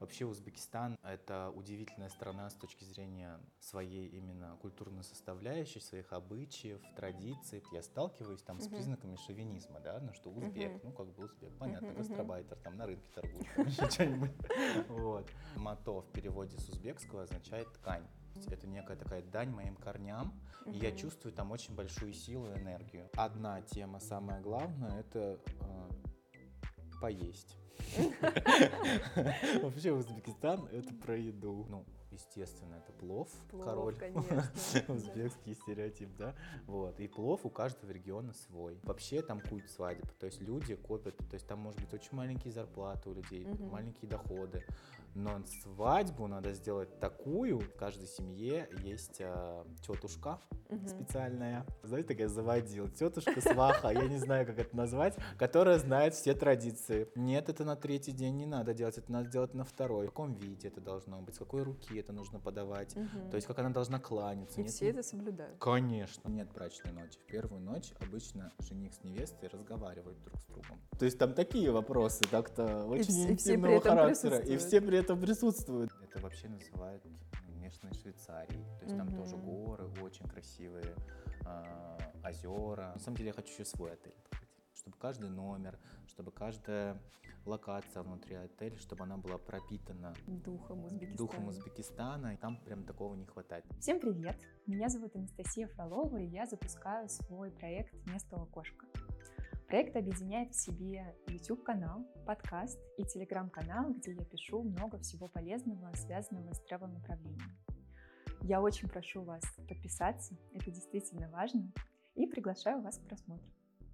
Вообще Узбекистан — это удивительная страна с точки зрения своей именно культурной составляющей, своих обычаев, традиций. Я сталкиваюсь там с признаками шовинизма, да, ну что узбек, ну как бы узбек, понятно, гастробайтер, там на рынке торгует, там еще что-нибудь. Вот. Мато в переводе с узбекского означает ткань. Это некая такая дань моим корням, и я чувствую там очень большую силу и энергию. Одна тема, самая главная, это поесть. Вообще Узбекистан — это про еду. Ну, естественно, это плов, король, конечно. узбекский стереотип, да. Вот. И плов у каждого региона свой. Вообще там культ свадеб, то есть люди копят, то есть там может быть очень маленькие зарплаты у людей, маленькие доходы, но свадьбу надо сделать такую. В каждой семье есть тетушка специальная, знаете, такая заводила, тетушка, сваха, я не знаю, как это назвать, которая знает все традиции. Нет, это на третий день не надо делать, это надо делать на второй. В каком виде это должно быть, с какой руки это нужно подавать, то есть как она должна кланяться. И Нет, все это соблюдают? Конечно. Нет брачной ночи. В первую ночь обычно жених с невестой разговаривают друг с другом. То есть там такие вопросы, так-то очень интимного характера, и все при этом присутствуют. Это вообще называют местной Швейцарией. То есть там тоже горы очень красивые, озера. На самом деле я хочу еще свой отель открыть, чтобы каждый номер, чтобы каждая локация внутри отеля, чтобы она была пропитана Духом Узбекистана. И там прям такого не хватает. Всем привет! Меня зовут Анастасия Фролова, и я запускаю свой проект «Место окошко». Проект объединяет в себе YouTube-канал, подкаст и Telegram-канал, где я пишу много всего полезного, связанного с travel-направлением. Я очень прошу вас подписаться, это действительно важно, и приглашаю вас к просмотру.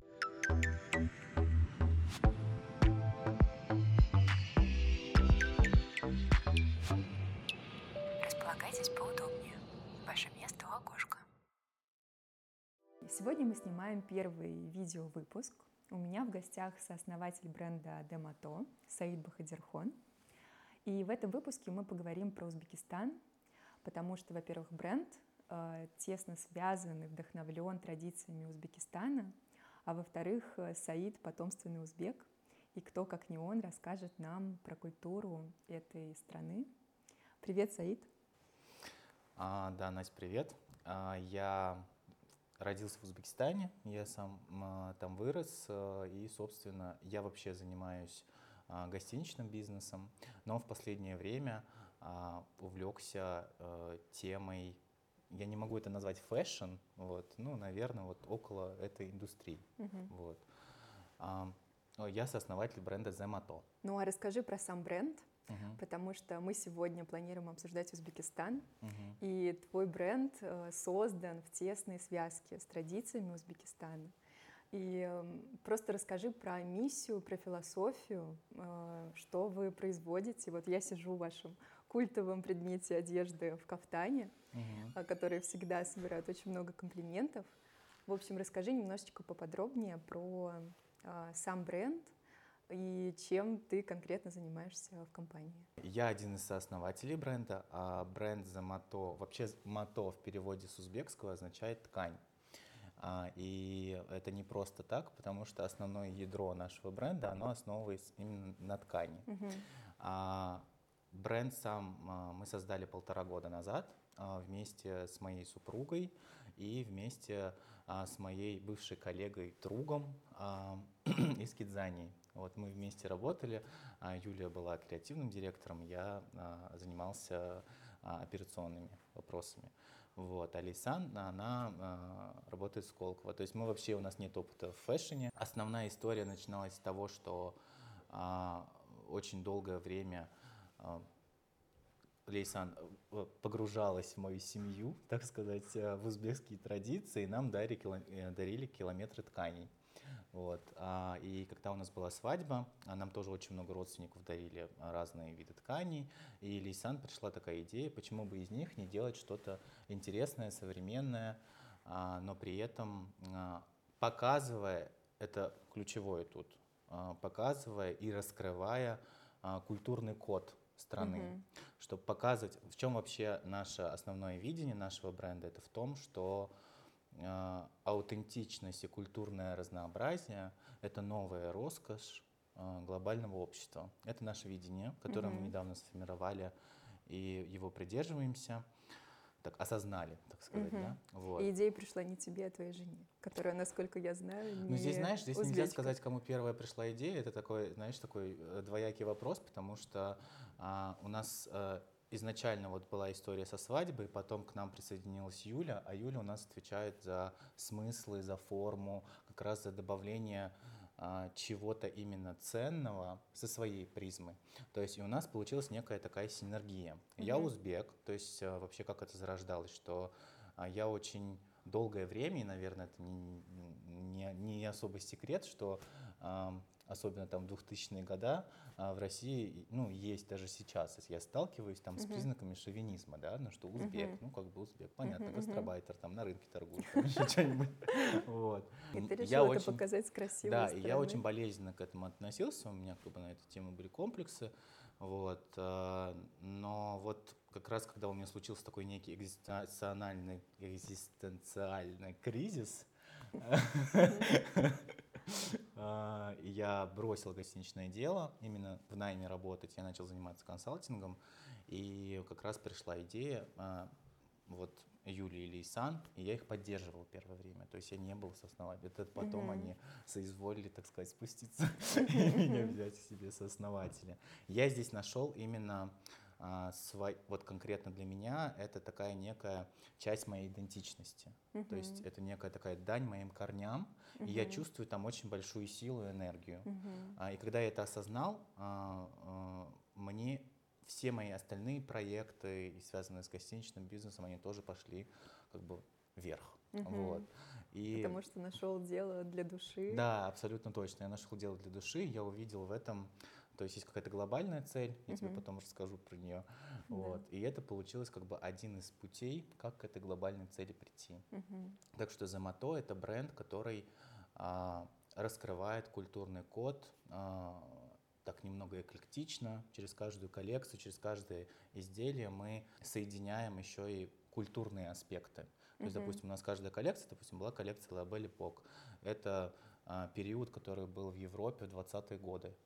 Располагайтесь поудобнее. Ваше место у окошка. Сегодня мы снимаем первый видеовыпуск. У меня в гостях сооснователь бренда Демато Саид Бахадирхон. И в этом выпуске мы поговорим про Узбекистан, потому что, во-первых, бренд тесно связан и вдохновлен традициями Узбекистана, а во-вторых, Саид — потомственный узбек, и кто, как не он, расскажет нам про культуру этой страны. Привет, Саид. Да, Настя, привет. Я родился в Узбекистане, я сам там вырос, и, собственно, я вообще занимаюсь гостиничным бизнесом, но в последнее время увлекся темой, я не могу это назвать фэшн, вот, ну, наверное, вот около этой индустрии. Вот. Я сооснователь бренда Демато. Ну а расскажи про сам бренд, потому что мы сегодня планируем обсуждать Узбекистан, и твой бренд создан в тесной связке с традициями Узбекистана. И просто расскажи про миссию, про философию, что вы производите. Вот я сижу в вашем культовом предмете одежды в кафтане, который всегда собирает очень много комплиментов. В общем, расскажи немножечко поподробнее про сам бренд и чем ты конкретно занимаешься в компании. Я один из сооснователей бренда, а бренд Демато, вообще мато в переводе с узбекского означает ткань. И это не просто так, потому что основное ядро нашего бренда, оно основывается именно на ткани. Бренд сам мы создали 1,5 года назад вместе с моей супругой и вместе с моей бывшей коллегой, другом из Кидзани. Вот мы вместе работали, Юлия была креативным директором, я занимался операционными вопросами. Вот. А Лейсан, она работает в Сколково. То есть мы вообще, у нас нет опыта в фэшне. Основная история начиналась с того, что очень долгое время Лейсан погружалась в мою семью, так сказать, в узбекские традиции, и нам дарили километры тканей. Вот. И когда у нас была свадьба, нам тоже очень много родственников дарили разные виды тканей, и Лейсан пришла такая идея, почему бы из них не делать что-то интересное, современное, но при этом показывая, это ключевое тут, показывая и раскрывая культурный код страны, чтобы показывать, в чем вообще наше основное видение нашего бренда, это в том, что аутентичность и культурное разнообразие — это новая роскошь глобального общества. Это наше видение, которое мы недавно сформировали и его придерживаемся, так осознали, так сказать, да. Вот. И идея пришла не тебе, а твоей жене, которая, насколько я знаю, не Ну, здесь, знаешь, здесь нельзя узбечка. сказать, кому первая пришла идея. Это такой, знаешь, такой двоякий вопрос, потому что у нас изначально вот была история со свадьбой, потом к нам присоединилась Юля, а Юля у нас отвечает за смыслы, за форму, как раз за добавление чего-то именно ценного со своей призмы. То есть и у нас получилась некая такая синергия. Я узбек, то есть вообще как это зарождалось, что я очень долгое время, и, наверное, это не особый секрет, что особенно там в 2000-е годы в России, ну, есть даже сейчас, если я сталкиваюсь там с признаками шовинизма, да, ну, что узбек, ну, как бы узбек, понятно, гастробайтер, там на рынке торгует, там еще что-нибудь, вот. И ты решил это показать с красивой Да, стороны. и я очень болезненно к этому относился, у меня как бы на эту тему были комплексы, вот, но вот как раз когда у меня случился такой некий экзистенциальный кризис, я бросил гостиничное дело, именно в найме работать, я начал заниматься консалтингом, и как раз пришла идея вот Юлии и Лейсан, и я их поддерживал первое время, то есть я не был сооснователем, это потом они соизволили, так сказать, спуститься и меня взять к себе сооснователя. Я здесь нашел именно вот конкретно для меня это такая некая часть моей идентичности. То есть это некая такая дань моим корням, и я чувствую там очень большую силу и энергию. И когда я это осознал, мне все мои остальные проекты, связанные с гостиничным бизнесом, они тоже пошли как бы вверх. Вот. И потому что нашел дело для души. да, абсолютно точно. Я нашел дело для души, я увидел в этом, то есть есть какая-то глобальная цель, я тебе потом расскажу про нее. Вот. И это получилось как бы один из путей, как к этой глобальной цели прийти. Так что Zomato — это бренд, который раскрывает культурный код, так немного эклектично, через каждую коллекцию, через каждое изделие мы соединяем еще и культурные аспекты. То есть, допустим, у нас каждая коллекция, допустим, была коллекция La Belle Époque. Это период, который был в Европе в 20-е годы.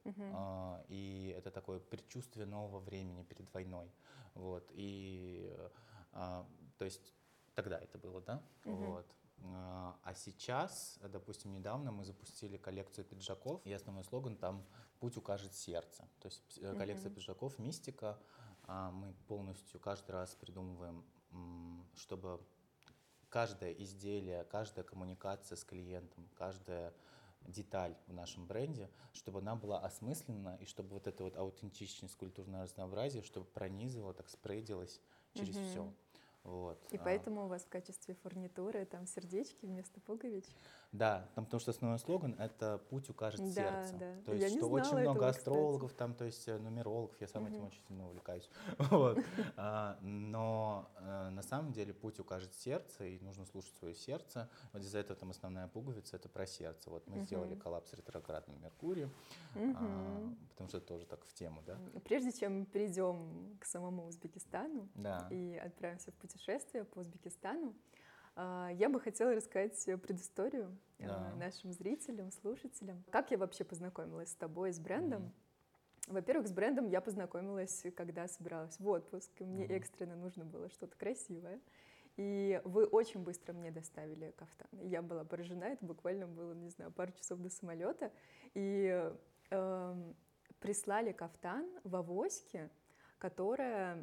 И это такое предчувствие нового времени перед войной. Вот. И, то есть, тогда это было, да? Вот. А сейчас, допустим, недавно мы запустили коллекцию пиджаков, и основной слоган там «Путь укажет сердце». То есть коллекция пиджаков «Мистика». Мы полностью каждый раз придумываем, чтобы каждое изделие, каждая коммуникация с клиентом, каждая деталь в нашем бренде, чтобы она была осмыслена, и чтобы вот эта вот аутентичность, культурное разнообразие, чтобы пронизывало, так спрейдилось через все. Вот. И поэтому у вас в качестве фурнитуры там сердечки вместо пуговичек? Да, там, потому что основной слоган — это «Путь укажет сердце». Да. То есть, Я не что знала очень много этого, астрологов, там, то есть нумерологов, я сам этим очень сильно увлекаюсь. Вот. Но на самом деле путь укажет сердце, и нужно слушать свое сердце. Вот из-за этого там основная пуговица — это про сердце. Вот мы сделали коллаб с ретроградным Меркурием, потому что это тоже так в тему, да. Прежде чем перейдем к самому Узбекистану и отправимся в путешествие по Узбекистану, я бы хотела рассказать предысторию нашим зрителям, слушателям. Как я вообще познакомилась с тобой, с брендом? Во-первых, с брендом я познакомилась, когда собиралась в отпуск, и мне экстренно нужно было что-то красивое. И вы очень быстро мне доставили кафтан. Я была поражена, это буквально было, не знаю, пару часов до самолета. И прислали кафтан в авоське, которая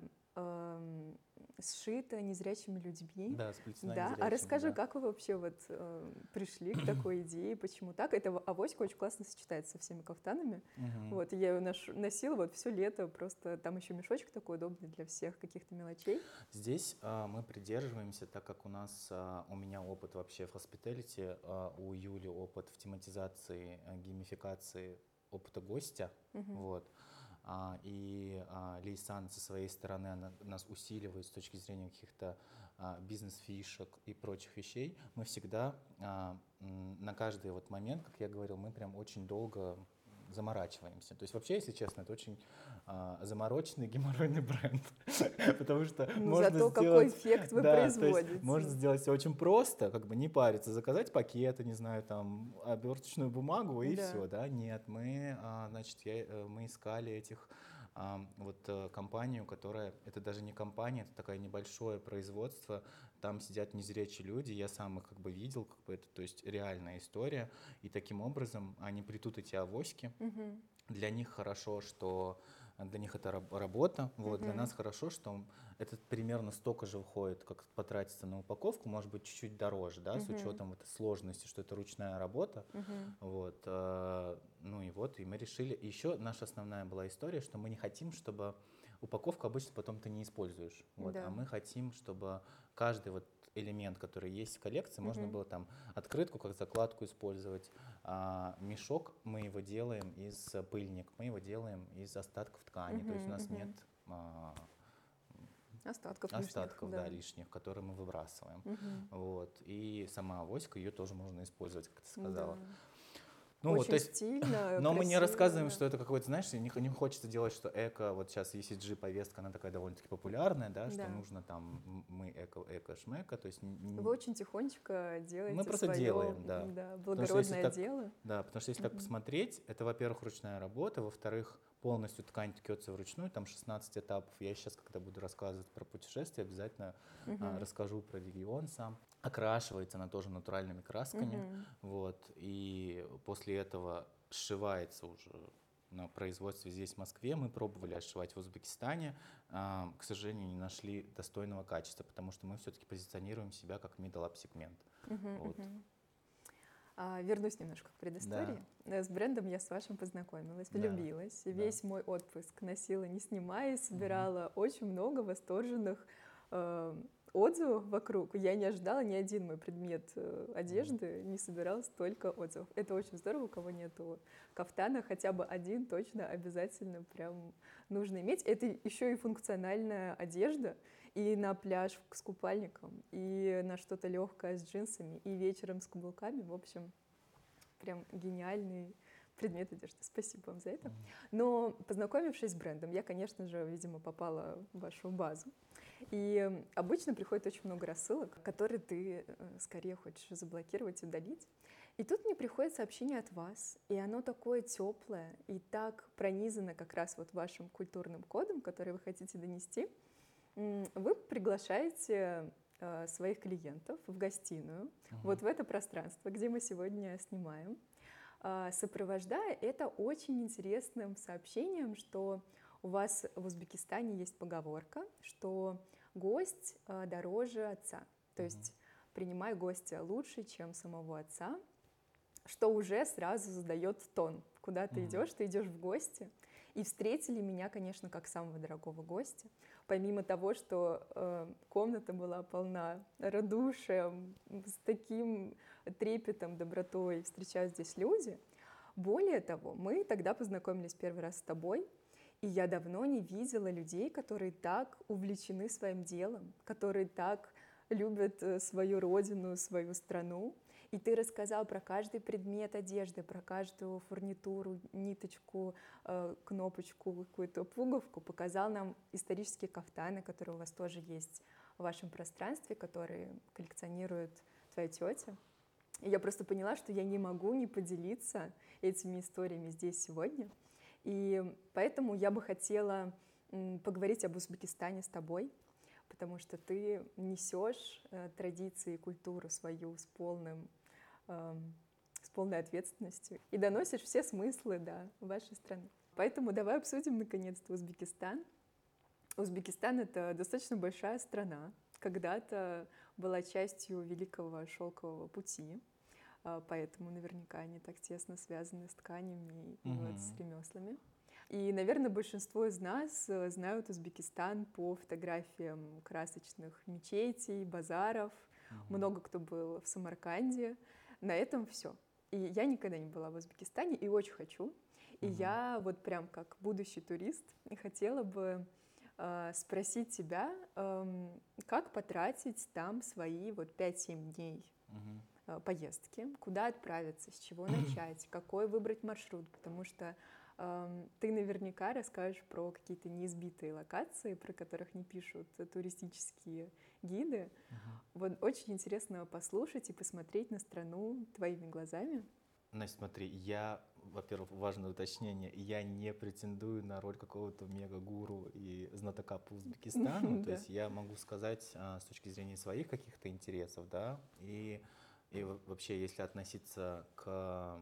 сшита незрячими людьми. Да, сплетена да. незрячими, А расскажи, да. как вы вообще вот пришли к такой идее, почему так? Эта авоська очень классно сочетается со всеми кафтанами. Вот, и я ее носила вот все лето, просто там еще мешочек такой удобный для всех каких-то мелочей. Здесь мы придерживаемся, так как у меня опыт вообще в hospitality, у Юли опыт в тематизации, геймификации опыта гостя, вот. И Лейсан со своей стороны она нас усиливает с точки зрения каких-то бизнес-фишек и прочих вещей. Мы всегда на каждый вот момент, как я говорил, мы прям очень долго заморачиваемся. То есть вообще, если честно, это очень замороченный геморройный бренд, потому что можно зато сделать... какой эффект вы Да, то есть производите. можно сделать все очень просто, как бы не париться, заказать пакеты, не знаю, там, оберточную бумагу и Да. все, да? Нет, мы, значит, мы искали этих компанию, которая, это даже не компания, это такое небольшое производство, там сидят незрячие люди, я сам их как бы видел, как бы это, то есть реальная история, и таким образом они плетут эти авоськи. Для них хорошо, что для них это работа, вот, для нас хорошо, что это примерно столько же выходит, как потратиться на упаковку, может быть, чуть-чуть дороже, да, с учетом этой сложности, что это ручная работа, вот, и мы решили, и еще наша основная была история, что мы не хотим, чтобы упаковку обычно потом ты не используешь, вот, Да. а мы хотим, чтобы каждый вот элемент, который есть в коллекции, можно было там открытку как закладку использовать, мешок мы его делаем из пыльник, мы его делаем из остатков ткани, то есть у нас нет остатков лишних, которые мы выбрасываем, вот, и сама авоська, ее тоже можно использовать, как ты сказала. Да. Ну, очень вот, то есть, стильно, но мы не красиво, рассказываем, да. что это какой-то, знаешь, не хочется делать, что эко, вот сейчас ESG-повестка, она такая довольно-таки популярная, да, что нужно там, мы эко-шмека, то есть... Вы очень тихонечко делаете мы просто своё, делаем, да. благородное дело. Да, потому что если так посмотреть, это, во-первых, ручная работа, во-вторых, полностью ткань ткется вручную, там 16 этапов. Я сейчас, когда буду рассказывать про путешествия, обязательно расскажу про регион сам. Окрашивается она тоже натуральными красками, вот, и после этого сшивается уже на производстве здесь, в Москве. Мы пробовали отшивать в Узбекистане, к сожалению, не нашли достойного качества, потому что мы все-таки позиционируем себя как middle-up сегмент. Вот. Вернусь немножко к предыстории. Да. С брендом я с вашим познакомилась, влюбилась. Да. Весь мой отпуск носила, не снимая, собирала очень много восторженных отзывов вокруг. Я не ожидала, ни один мой предмет одежды не собирал столько отзывов. Это очень здорово, у кого нету кафтана, хотя бы один точно обязательно прям нужно иметь. Это еще и функциональная одежда, и на пляж с купальником, и на что-то легкое с джинсами, и вечером с каблуками. В общем, прям гениальный предмет одежды. Спасибо вам за это. Но познакомившись с брендом, я, конечно же, видимо, попала в вашу базу. И обычно приходит очень много рассылок, которые ты скорее хочешь заблокировать, удалить. И тут мне приходит сообщение от вас, и оно такое теплое, и так пронизано как раз вот вашим культурным кодом, который вы хотите донести. Вы приглашаете своих клиентов в гостиную, вот в это пространство, где мы сегодня снимаем, сопровождая это очень интересным сообщением, что у вас в Узбекистане есть поговорка, что гость дороже отца, то есть принимай гостя лучше, чем самого отца, что уже сразу задает тон. Куда ты идешь в гости. И встретили меня, конечно, как самого дорогого гостя. Помимо того, что комната была полна радушием, с таким трепетом, добротой встречают здесь люди. Более того, мы тогда познакомились первый раз с тобой, и я давно не видела людей, которые так увлечены своим делом, которые так любят свою родину, свою страну. И ты рассказал про каждый предмет одежды, про каждую фурнитуру, ниточку, кнопочку, какую-то пуговку, показал нам исторические кафтаны, которые у вас тоже есть в вашем пространстве, которые коллекционирует твоя тетя. И я просто поняла, что я не могу не поделиться этими историями здесь сегодня. И поэтому я бы хотела поговорить об Узбекистане с тобой, потому что ты несешь традиции и культуру свою с полной ответственностью и доносишь все смыслы, да, вашей страны. Поэтому давай обсудим наконец-то Узбекистан. Узбекистан — это достаточно большая страна, когда-то была частью Великого Шелкового пути, поэтому наверняка они так тесно связаны с тканями и вот с ремеслами. И, наверное, большинство из нас знают Узбекистан по фотографиям красочных мечетей, базаров. Много кто был в Самарканде. На этом все. И я никогда не была в Узбекистане и очень хочу. И я вот прям как будущий турист хотела бы спросить тебя, как потратить там свои вот 5-7 дней. поездки, куда отправиться, с чего начать, какой выбрать маршрут, потому что ты наверняка расскажешь про какие-то неизбитые локации, про которых не пишут туристические гиды. Вот очень интересно послушать и посмотреть на страну твоими глазами. Настя, смотри, во-первых, важное уточнение, я не претендую на роль какого-то мега-гуру и знатока по Узбекистану, то есть я могу сказать с точки зрения своих каких-то интересов, да, и вообще, если относиться к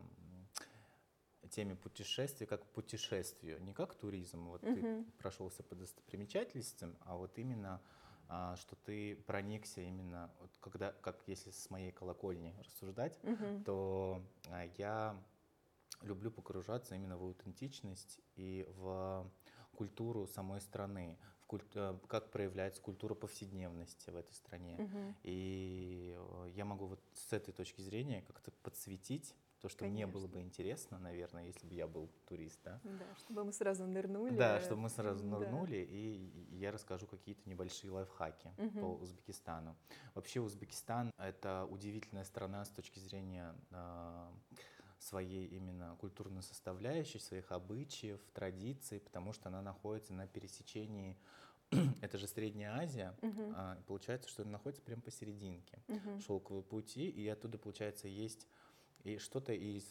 теме путешествия как к путешествию, не как к туризму, вот ты прошелся по достопримечательностям, а вот именно что ты проникся именно, вот если с моей колокольни рассуждать, то я люблю погружаться именно в аутентичность и в культуру самой страны, как проявляется культура повседневности в этой стране. И я могу вот с этой точки зрения как-то подсветить то, что мне было бы интересно, наверное, если бы я был турист, да? Да, чтобы мы сразу нырнули. Да, чтобы мы сразу нырнули, и я расскажу какие-то небольшие лайфхаки по Узбекистану. Вообще Узбекистан — это удивительная страна с точки зрения своей именно культурной составляющей, своих обычаев, традиций, потому что она находится на пересечении, это же Средняя Азия, получается, что она находится прямо посерединке, шелковые пути, и оттуда, получается, есть и что-то из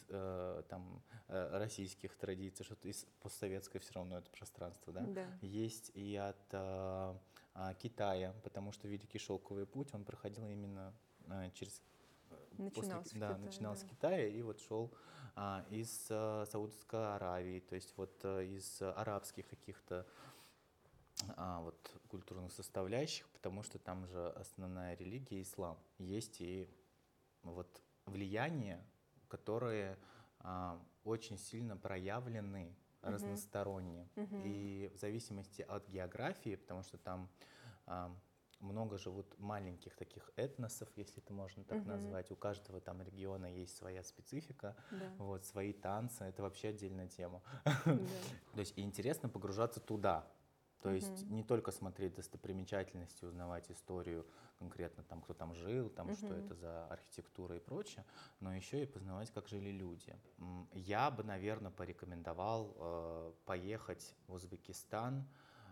российских традиций, что-то из постсоветское все равно это пространство, да? Есть и от Китая, потому что Великий Шелковый путь, он проходил именно через... Начинал с Китая и вот шел из Саудовской Аравии, то есть вот из арабских каких-то вот культурных составляющих, потому что там же основная религия ислам. Есть и вот влияние, которые очень сильно проявлены разносторонне. И в зависимости от географии, потому что там много живут маленьких таких этносов, если это можно так назвать. У каждого там региона есть своя специфика, вот, свои танцы. Это вообще отдельная тема. То есть и интересно погружаться туда. То есть не только смотреть достопримечательности, узнавать историю конкретно, там, кто там жил, там, что это за архитектура и прочее, но еще и познавать, как жили люди. Я бы, наверное, порекомендовал поехать в Узбекистан.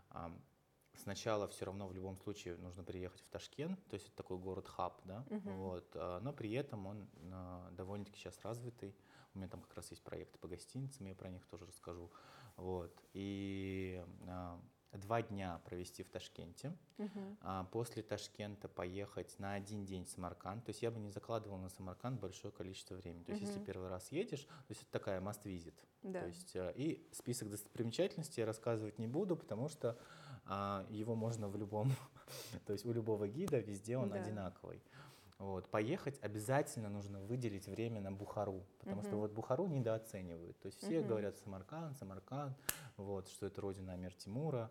Сначала все равно в любом случае нужно приехать в Ташкент, то есть это такой город-хаб, да, вот, но при этом он довольно-таки сейчас развитый. У меня там как раз есть проекты по гостиницам, я про них тоже расскажу. Вот. И 2 дня провести в Ташкенте, после Ташкента поехать на 1 день в Самарканд. То есть я бы не закладывал на Самарканд большое количество времени. То есть если первый раз едешь, то есть это такая must visit. То есть, и список достопримечательностей я рассказывать не буду, потому что его можно в любом, то есть у любого гида везде он одинаковый. Вот. Поехать обязательно нужно выделить время на Бухару, потому что вот Бухару недооценивают. То есть все говорят Самарканд, вот, что это родина Амир Тимура,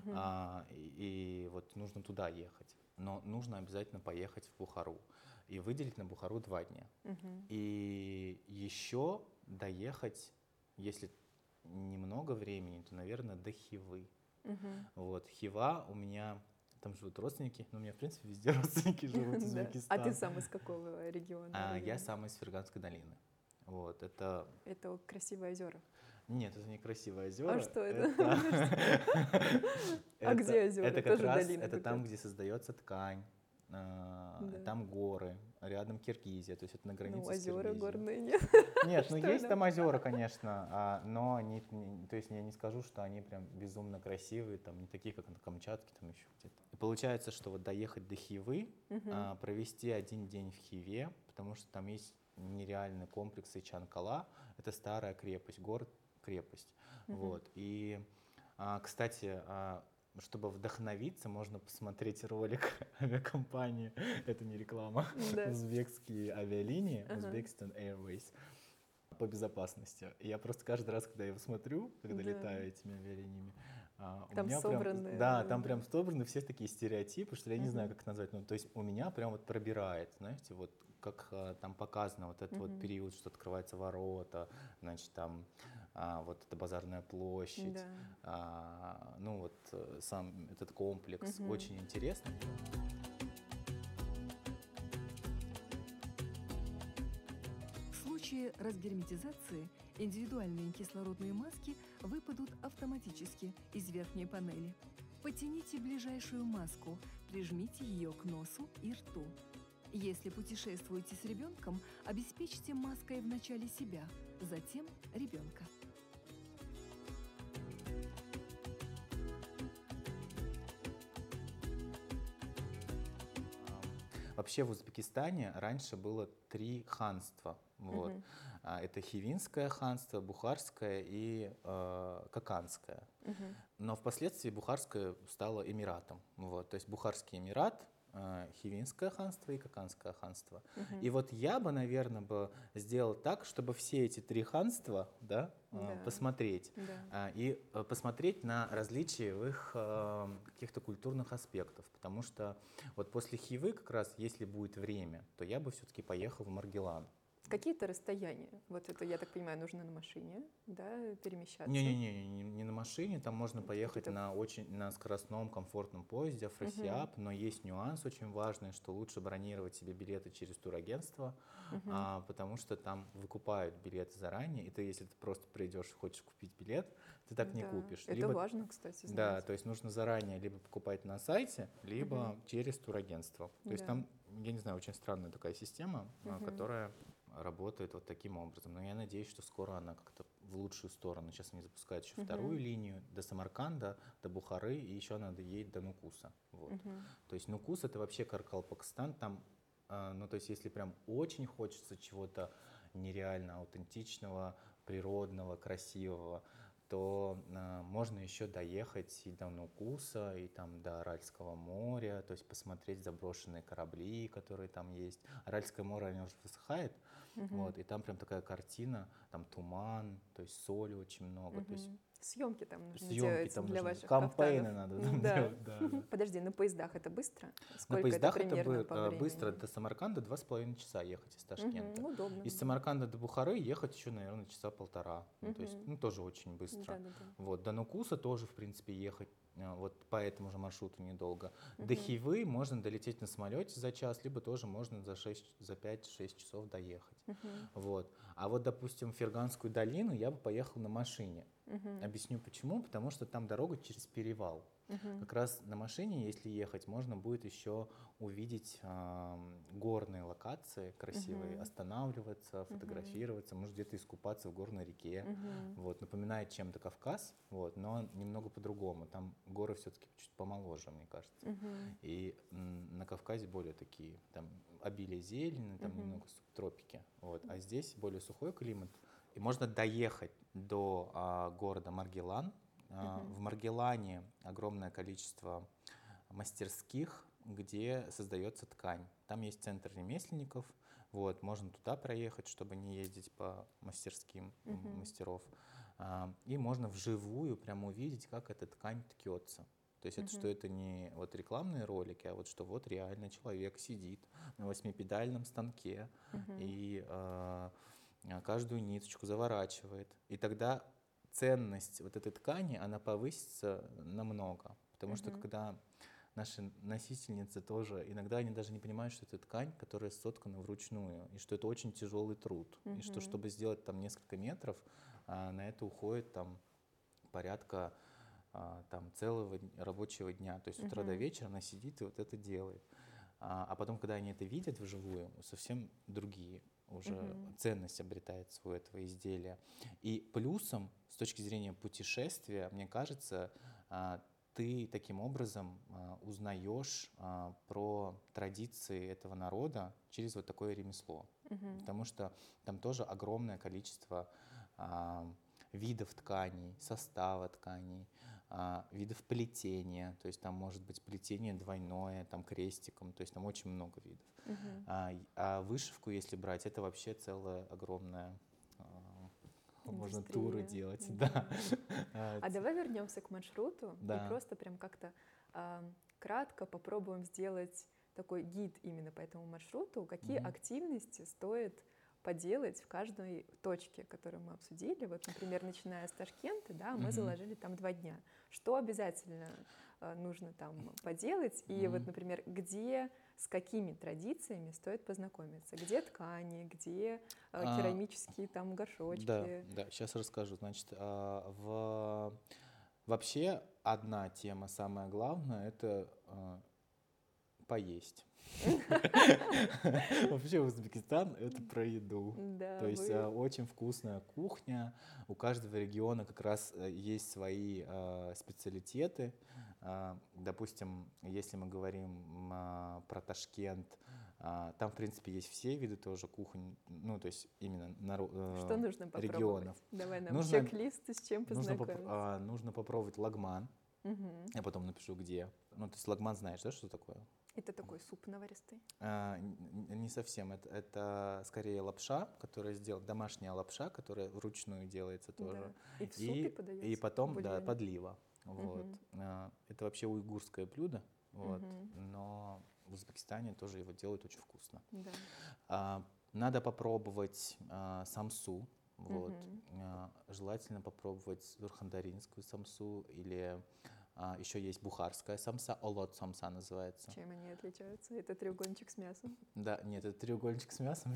и вот нужно туда ехать. Но нужно обязательно поехать в Бухару и выделить на Бухару 2 дня. И еще доехать, если немного времени, то, наверное, до Хивы. Вот. Хива у меня... Там живут родственники, но у меня, в принципе, везде родственники живут из Узбекистана. А ты сам из какого региона? Я сам из Ферганской долины. Вот, это красивые озера? Нет, это не красивые озера. А что это? А где озера? Это как раз это там, где создается ткань, там горы, рядом Киргизия, то есть это на границе с Киргизией. Озера горные нет? Нет, ну есть там озера, конечно, но они, то есть я не скажу, что они прям безумно красивые, там не такие, как на Камчатке, там еще где-то. И получается, что вот доехать до Хивы, провести 1 день в Хиве, потому что там есть нереальный комплекс Ичан-Кала, это старая крепость, город-крепость. Вот. И, кстати, чтобы вдохновиться, можно посмотреть ролик авиакомпании, это не реклама, узбекские авиалинии, Uzbekistan Airways, по безопасности. И я просто каждый раз, когда я его смотрю, когда летаю этими авиалиниями, там собраны. Там прям собраны все такие стереотипы, что я не знаю, как их назвать. Ну, то есть у меня прям вот пробирает, знаете, вот как там показано вот этот вот период, что открываются ворота, значит, там вот эта базарная площадь, ну вот сам этот комплекс, очень интересно. случае разгерметизации индивидуальные кислородные маски выпадут автоматически из верхней панели. Потяните ближайшую маску, прижмите ее к носу и рту. Если путешествуете с ребенком, обеспечьте маской вначале себя, затем ребенка. Вообще в Узбекистане раньше было 3 ханства. Вот. Это Хивинское ханство, Бухарское и Каканское. Но впоследствии Бухарское стало эмиратом. Вот. То есть Бухарский эмират, Хивинское ханство и Каканское ханство. И вот я бы, наверное, сделал так, чтобы все эти 3 ханства, да, посмотреть. И посмотреть на различия в их каких-то культурных аспектах. Потому что вот после Хивы как раз, если будет время, то я бы все-таки поехал в Маргилан. Какие-то расстояния? Вот это, я так понимаю, нужно на машине, да, перемещаться? Не на машине, там можно поехать на скоростном комфортном поезде Афросиаб, но есть нюанс очень важный, что лучше бронировать себе билеты через турагентство, потому что там выкупают билеты заранее, и ты, если ты просто придешь и хочешь купить билет, ты так не купишь. Это важно, кстати, знать. Да, то есть нужно заранее либо покупать на сайте, либо через турагентство. То есть там, я не знаю, очень странная такая система, которая работает вот таким образом. Но я надеюсь, что скоро она как-то в лучшую сторону. Сейчас они запускают еще вторую линию до Самарканда, до Бухары, и еще надо ехать до Нукуса. Вот. То есть Нукус — это вообще Каракалпакстан. Там, ну, то есть если прям очень хочется чего-то нереально аутентичного, природного, красивого, то можно еще доехать и до Нукуса, и там до Аральского моря, то есть посмотреть заброшенные корабли, которые там есть. Аральское море, оно уже высыхает, вот, и там прям такая картина, там туман, то есть соли очень много. То есть съемки там нужно делать там для нужно, ваших кампейны кафтанов. надо делать. Да. Подожди, на поездах это быстро? На поездах это примерно по времени? быстро. До Самарканда 2,5 часа ехать из Ташкента. Удобно. Из Самарканда до Бухары ехать еще, наверное, часа 1,5. То есть, тоже очень быстро. Вот. До Нукуса тоже, в принципе, ехать вот по этому же маршруту недолго. До Хивы можно долететь на самолете за час, либо тоже можно за 5-6 часов доехать. Вот. А вот, допустим, в Ферганскую долину я бы поехал на машине. Объясню почему. Потому что там дорога через перевал. Как раз на машине, если ехать, можно будет еще увидеть горные локации красивые, останавливаться, фотографироваться, может где-то искупаться в горной реке. Вот. Напоминает чем-то Кавказ, вот, но немного по-другому. Там горы все-таки чуть помоложе, мне кажется. И на Кавказе более такие, там обилие зелени, там немного субтропики. Вот. А здесь более сухой климат. И можно доехать до города Маргилан. В Маргилане огромное количество мастерских, где создается ткань. Там есть центр ремесленников, вот, можно туда проехать, чтобы не ездить по мастерским мастеров. И можно вживую прямо увидеть, как эта ткань ткется. То есть это, что это не вот рекламные ролики, а вот что вот реально человек сидит на 8-педальном станке и каждую ниточку заворачивает. И тогда ценность вот этой ткани, она повысится намного. Потому что когда наши носительницы тоже, иногда они даже не понимают, что это ткань, которая соткана вручную, и что это очень тяжелый труд. И что, чтобы сделать там несколько метров, на это уходит там порядка там целого рабочего дня. То есть с утра до вечера она сидит и вот это делает. А потом, когда они это видят вживую, совсем другие уже ценность обретает свое этого изделия. И плюсом, с точки зрения путешествия, мне кажется, ты таким образом узнаешь про традиции этого народа через вот такое ремесло. Потому что там тоже огромное количество видов тканей, состава тканей, видов плетения, то есть там может быть плетение двойное, там крестиком, то есть там очень много видов. А вышивку, если брать, это вообще целая огромная, можно туры делать. Да. А давай вернемся к маршруту и просто прям как-то кратко попробуем сделать такой гид именно по этому маршруту. Какие активности стоит поделать в каждой точке, которую мы обсудили. Вот, например, начиная с Ташкента, да, мы заложили там 2 дня. Что обязательно нужно там поделать? И вот, например, где, с какими традициями стоит познакомиться? Где ткани, где керамические там горшочки? Да, сейчас расскажу. Значит, вообще одна тема, самая главная, это поесть. Вообще Узбекистан — это про еду. То есть очень вкусная кухня. У каждого региона как раз есть свои специалитеты. Допустим, если мы говорим про Ташкент, там, в принципе, есть все виды тоже кухонь, ну, то есть именно что нужно попробовать? Регионов. Давай нам чек-лист, с чем познакомиться. Нужно попробовать лагман. Я потом напишу, где. Ну, то есть лагман знаешь, да, что такое? Это такой суп наваристый? Не совсем. Это скорее лапша, которая сделана, домашняя лапша, которая вручную делается тоже. Да. И в супе подается? И потом, да, подлива. Вот. Это вообще уйгурское блюдо, вот. Но в Узбекистане тоже его делают очень вкусно. Да. Надо попробовать самсу. Вот. Желательно попробовать сурхандаринскую самсу или еще есть бухарская самса, олот самса называется. Чем они отличаются? Это треугольничек с мясом? Да, нет, это треугольничек с мясом.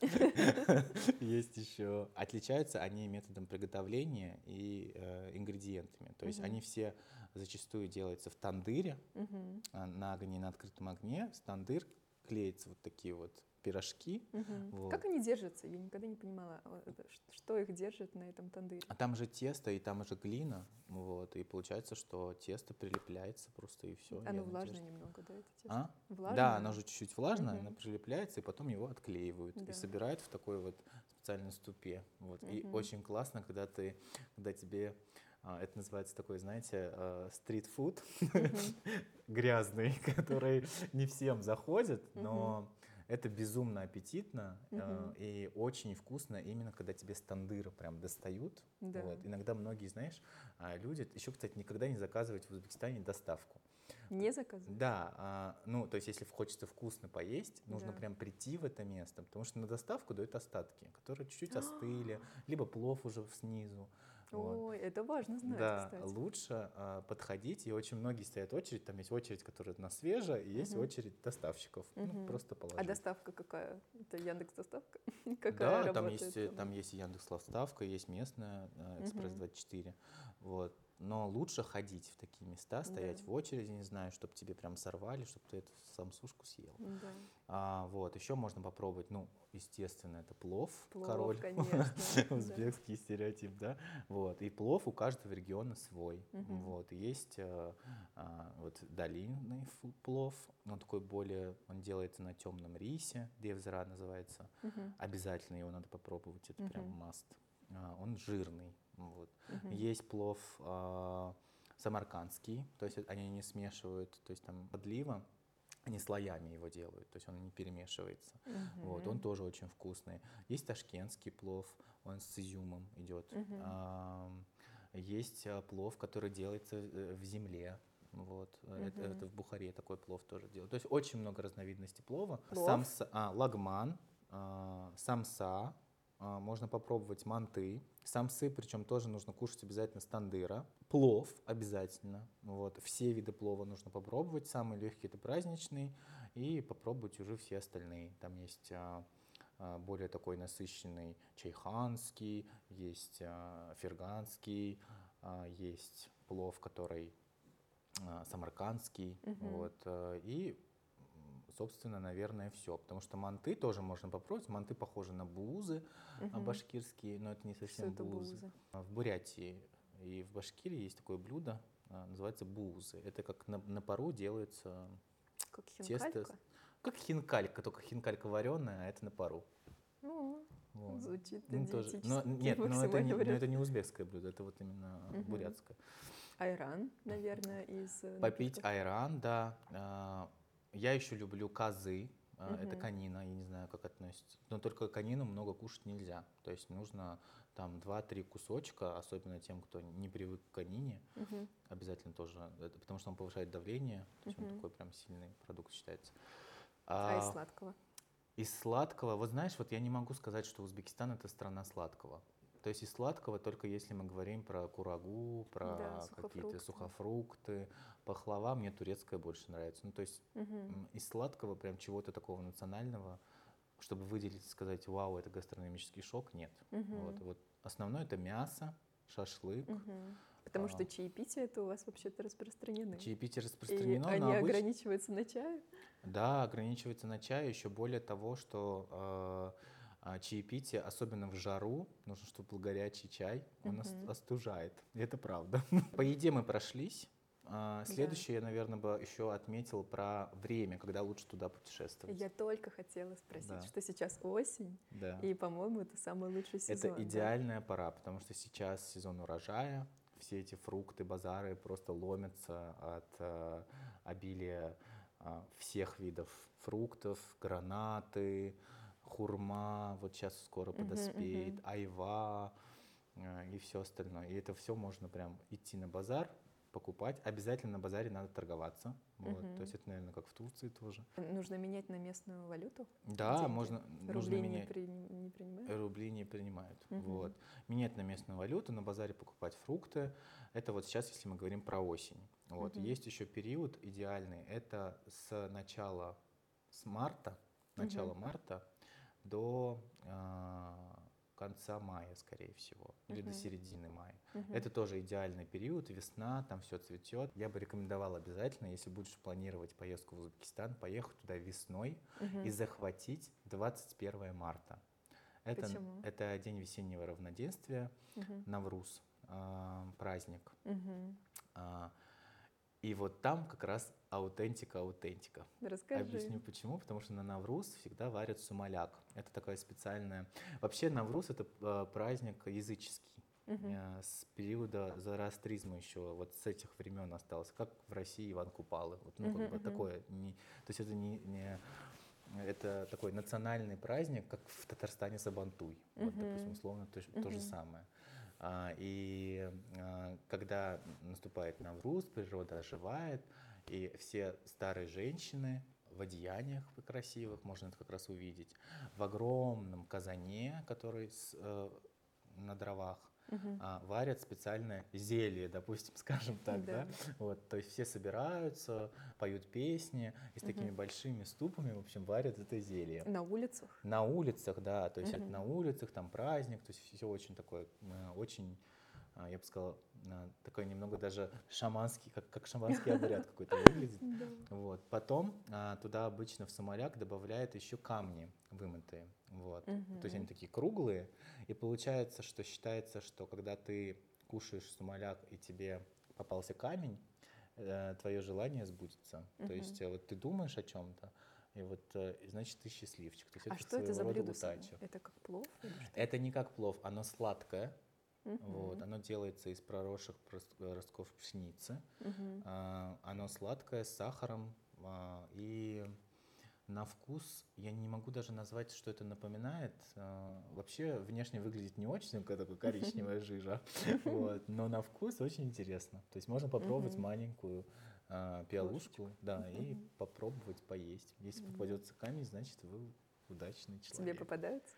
Есть еще. Отличаются они методом приготовления и ингредиентами. То есть они все зачастую делаются в тандыре, на огне, на открытом огне. В тандыр клеятся вот такие вот пирожки. Вот. Как они держатся? Я никогда не понимала, что их держит на этом тандыре. А там же тесто, и там же глина, вот, и получается, что тесто прилепляется просто, и все. Оно влажное немного, да, это тесто? А? Влажное? Да, оно же чуть-чуть влажное, оно прилепляется, и потом его отклеивают, и собирают в такой вот специальной ступе. Вот. И очень классно, когда тебе... Это называется такой, знаете, стрит-фуд грязный, который не всем заходит, но это безумно аппетитно и очень вкусно, именно когда тебе с тандыра прям достают. Да. Вот. Иногда многие, знаешь, люди, еще, кстати, никогда не заказывать в Узбекистане доставку. Не заказывать? Да, ну, то есть если хочется вкусно поесть, нужно прям прийти в это место, потому что на доставку дают остатки, которые чуть-чуть остыли, либо плов уже снизу. Ой, Вот. это важно знать, Да, кстати. лучше подходить, и очень многие стоят очередь, там есть очередь, которая на свежее, и есть очередь доставщиков, ну, просто положить. А доставка какая? Это Яндекс.Доставка? Какая Да, там работает? есть и Яндекс.Доставка, есть местная Экспресс-24, вот. Но лучше ходить в такие места, стоять в очереди, не знаю, чтобы тебе прям сорвали, чтобы ты эту самсушку съел. Да. Вот, еще можно попробовать, ну, естественно, это плов, Плов, король, конечно. узбекский стереотип, да, вот, и плов у каждого региона свой, вот, и есть вот долинный плов, он такой более, он делается на темном рисе, девзра называется, обязательно его надо попробовать, это прям must, он жирный, вот. Есть плов самаркандский, то есть они не смешивают, то есть там подлива, они слоями его делают, то есть он не перемешивается. Вот, он тоже очень вкусный. Есть ташкентский плов, он с изюмом идет. Есть плов, который делается в земле. Вот. Это в Бухаре такой плов тоже делают. То есть очень много разновидностей плова. Лагман, самса, можно попробовать манты, самсы, причем тоже нужно кушать обязательно с тандыра. Плов обязательно. Вот. Все виды плова нужно попробовать. Самый легкий — это праздничный. И попробовать уже все остальные. Там есть более такой насыщенный чайханский, есть ферганский, есть плов, который самаркандский. Вот. И собственно, наверное, все. Потому что манты тоже можно попробовать. Манты похожи на буузы башкирские, но это не совсем буузы. В Бурятии и в Башкирии есть такое блюдо, называется буузы. Это как на пару делается как тесто. хинкалька? Как хинкалька, только хинкалька вареная, а это на пару. Ну, вот. звучит Тоже. диетически. Но это не узбекское блюдо, это вот именно бурятское. Айран, наверное, из... Попить айран, да. Я еще люблю козы, это конина, я не знаю, как относится. Но только конину много кушать нельзя. То есть нужно там 2-3 кусочка, особенно тем, кто не привык к конине, обязательно тоже, потому что он повышает давление, то есть он такой прям сильный продукт считается. А из сладкого? Из сладкого, вот знаешь, вот я не могу сказать, что Узбекистан это страна сладкого. То есть из сладкого только если мы говорим про курагу, про Да, какие-то сухофрукты. сухофрукты, пахлава, мне турецкая больше нравится. Ну, то есть Мгм. из сладкого прям чего-то такого национального, чтобы выделить и сказать, вау, это гастрономический шок, нет. Мгм. Вот основное это мясо, шашлык. Мгм. Потому что а, чаепитие это у вас вообще-то распространены. Чаепитие И распространено, они но обычно... ограничиваются на чае? Да, ограничивается на чае. Еще более того, что чаепитие, особенно в жару, нужно, чтобы был горячий чай, он Мгм. остужает. И это правда. По еде мы прошлись. Следующее, я, наверное, бы еще отметил про время, когда лучше туда путешествовать. Я только хотела спросить, Да. что сейчас осень, Да. и, по-моему, это самый лучший сезон. Это да? идеальная пора, потому что сейчас сезон урожая, все эти фрукты, базары просто ломятся от обилия всех видов фруктов, гранаты, хурма, вот сейчас скоро Мгм, подоспеет, мгм. айва и все остальное. И это все можно прям идти на базар, покупать. Обязательно на базаре надо торговаться. Вот. То Мгм. есть это, наверное, как в Турции тоже. Нужно менять на местную валюту? Да, деньги? нужно Рубли менять. не принимают? Рубли не принимают. Мгм. Вот. Менять на местную валюту, на базаре покупать фрукты. Это вот сейчас, если мы говорим про осень. Вот. Мгм. Есть еще период идеальный. Это с марта, начала Мгм. марта до конца мая, скорее всего, или до Мгм. середины мая. Мгм. Это тоже идеальный период, весна, там все цветет. Я бы рекомендовал обязательно, если будешь планировать поездку в Узбекистан, поехать туда весной Мгм. и захватить 21 марта. Почему? Это день весеннего равноденствия, Мгм. Навруз, праздник. Мгм. А, И вот там как раз аутентика. Расскажи. Объясню почему. Потому что на Навруз всегда варят сумаляк. Это такое специальное... Вообще Навруз — это праздник языческий. Мгм. С периода зороастризма еще, вот с этих времен остался, как в России Иван Купалы. Вот, ну, как Мгм, бы мгм. такое. То есть это это такой национальный праздник, как в Татарстане Сабантуй. Вот, допустим, Мгм. условно то же Мгм. самое. Когда наступает Навруз, природа оживает, и все старые женщины в одеяниях красивых, можно это как раз увидеть, в огромном казане, который на дровах, Мгм. варят специальное зелье, допустим, скажем так, да. Да. Вот, то есть все собираются, поют песни и с такими Мгм. большими ступами, в общем, варят это зелье. На улицах? На улицах, да, то есть это Мгм. на улицах, там праздник, то есть все очень такое, очень, я бы сказал, такой немного даже шаманский, как шаманский обряд какой-то выглядит. Да. Вот. Потом туда обычно в самаряк добавляют еще камни вымытые, вот. То есть они Мгм. такие круглые, и получается, что считается, что когда ты кушаешь самаляк и тебе попался камень, твое желание сбудется. То есть Мгм. вот ты думаешь о чем-то, и вот, значит, ты счастливчик. То есть А это что это за своего рода блюдо само? удача. Это как плов или что? Это не как плов, оно сладкое. Вот, Мгм. оно делается из проросших ростков пшеницы. Мгм. Оно сладкое, с сахаром. И на вкус я не могу даже назвать, что это напоминает. Вообще внешне выглядит не очень, как такая коричневая жижа. Вот, но на вкус очень интересно. То есть можно попробовать Мгм. маленькую пиалушку, да, и Мгм. попробовать поесть. Если Мгм. попадется камень, значит вы удачный Тебе человек. попадаются?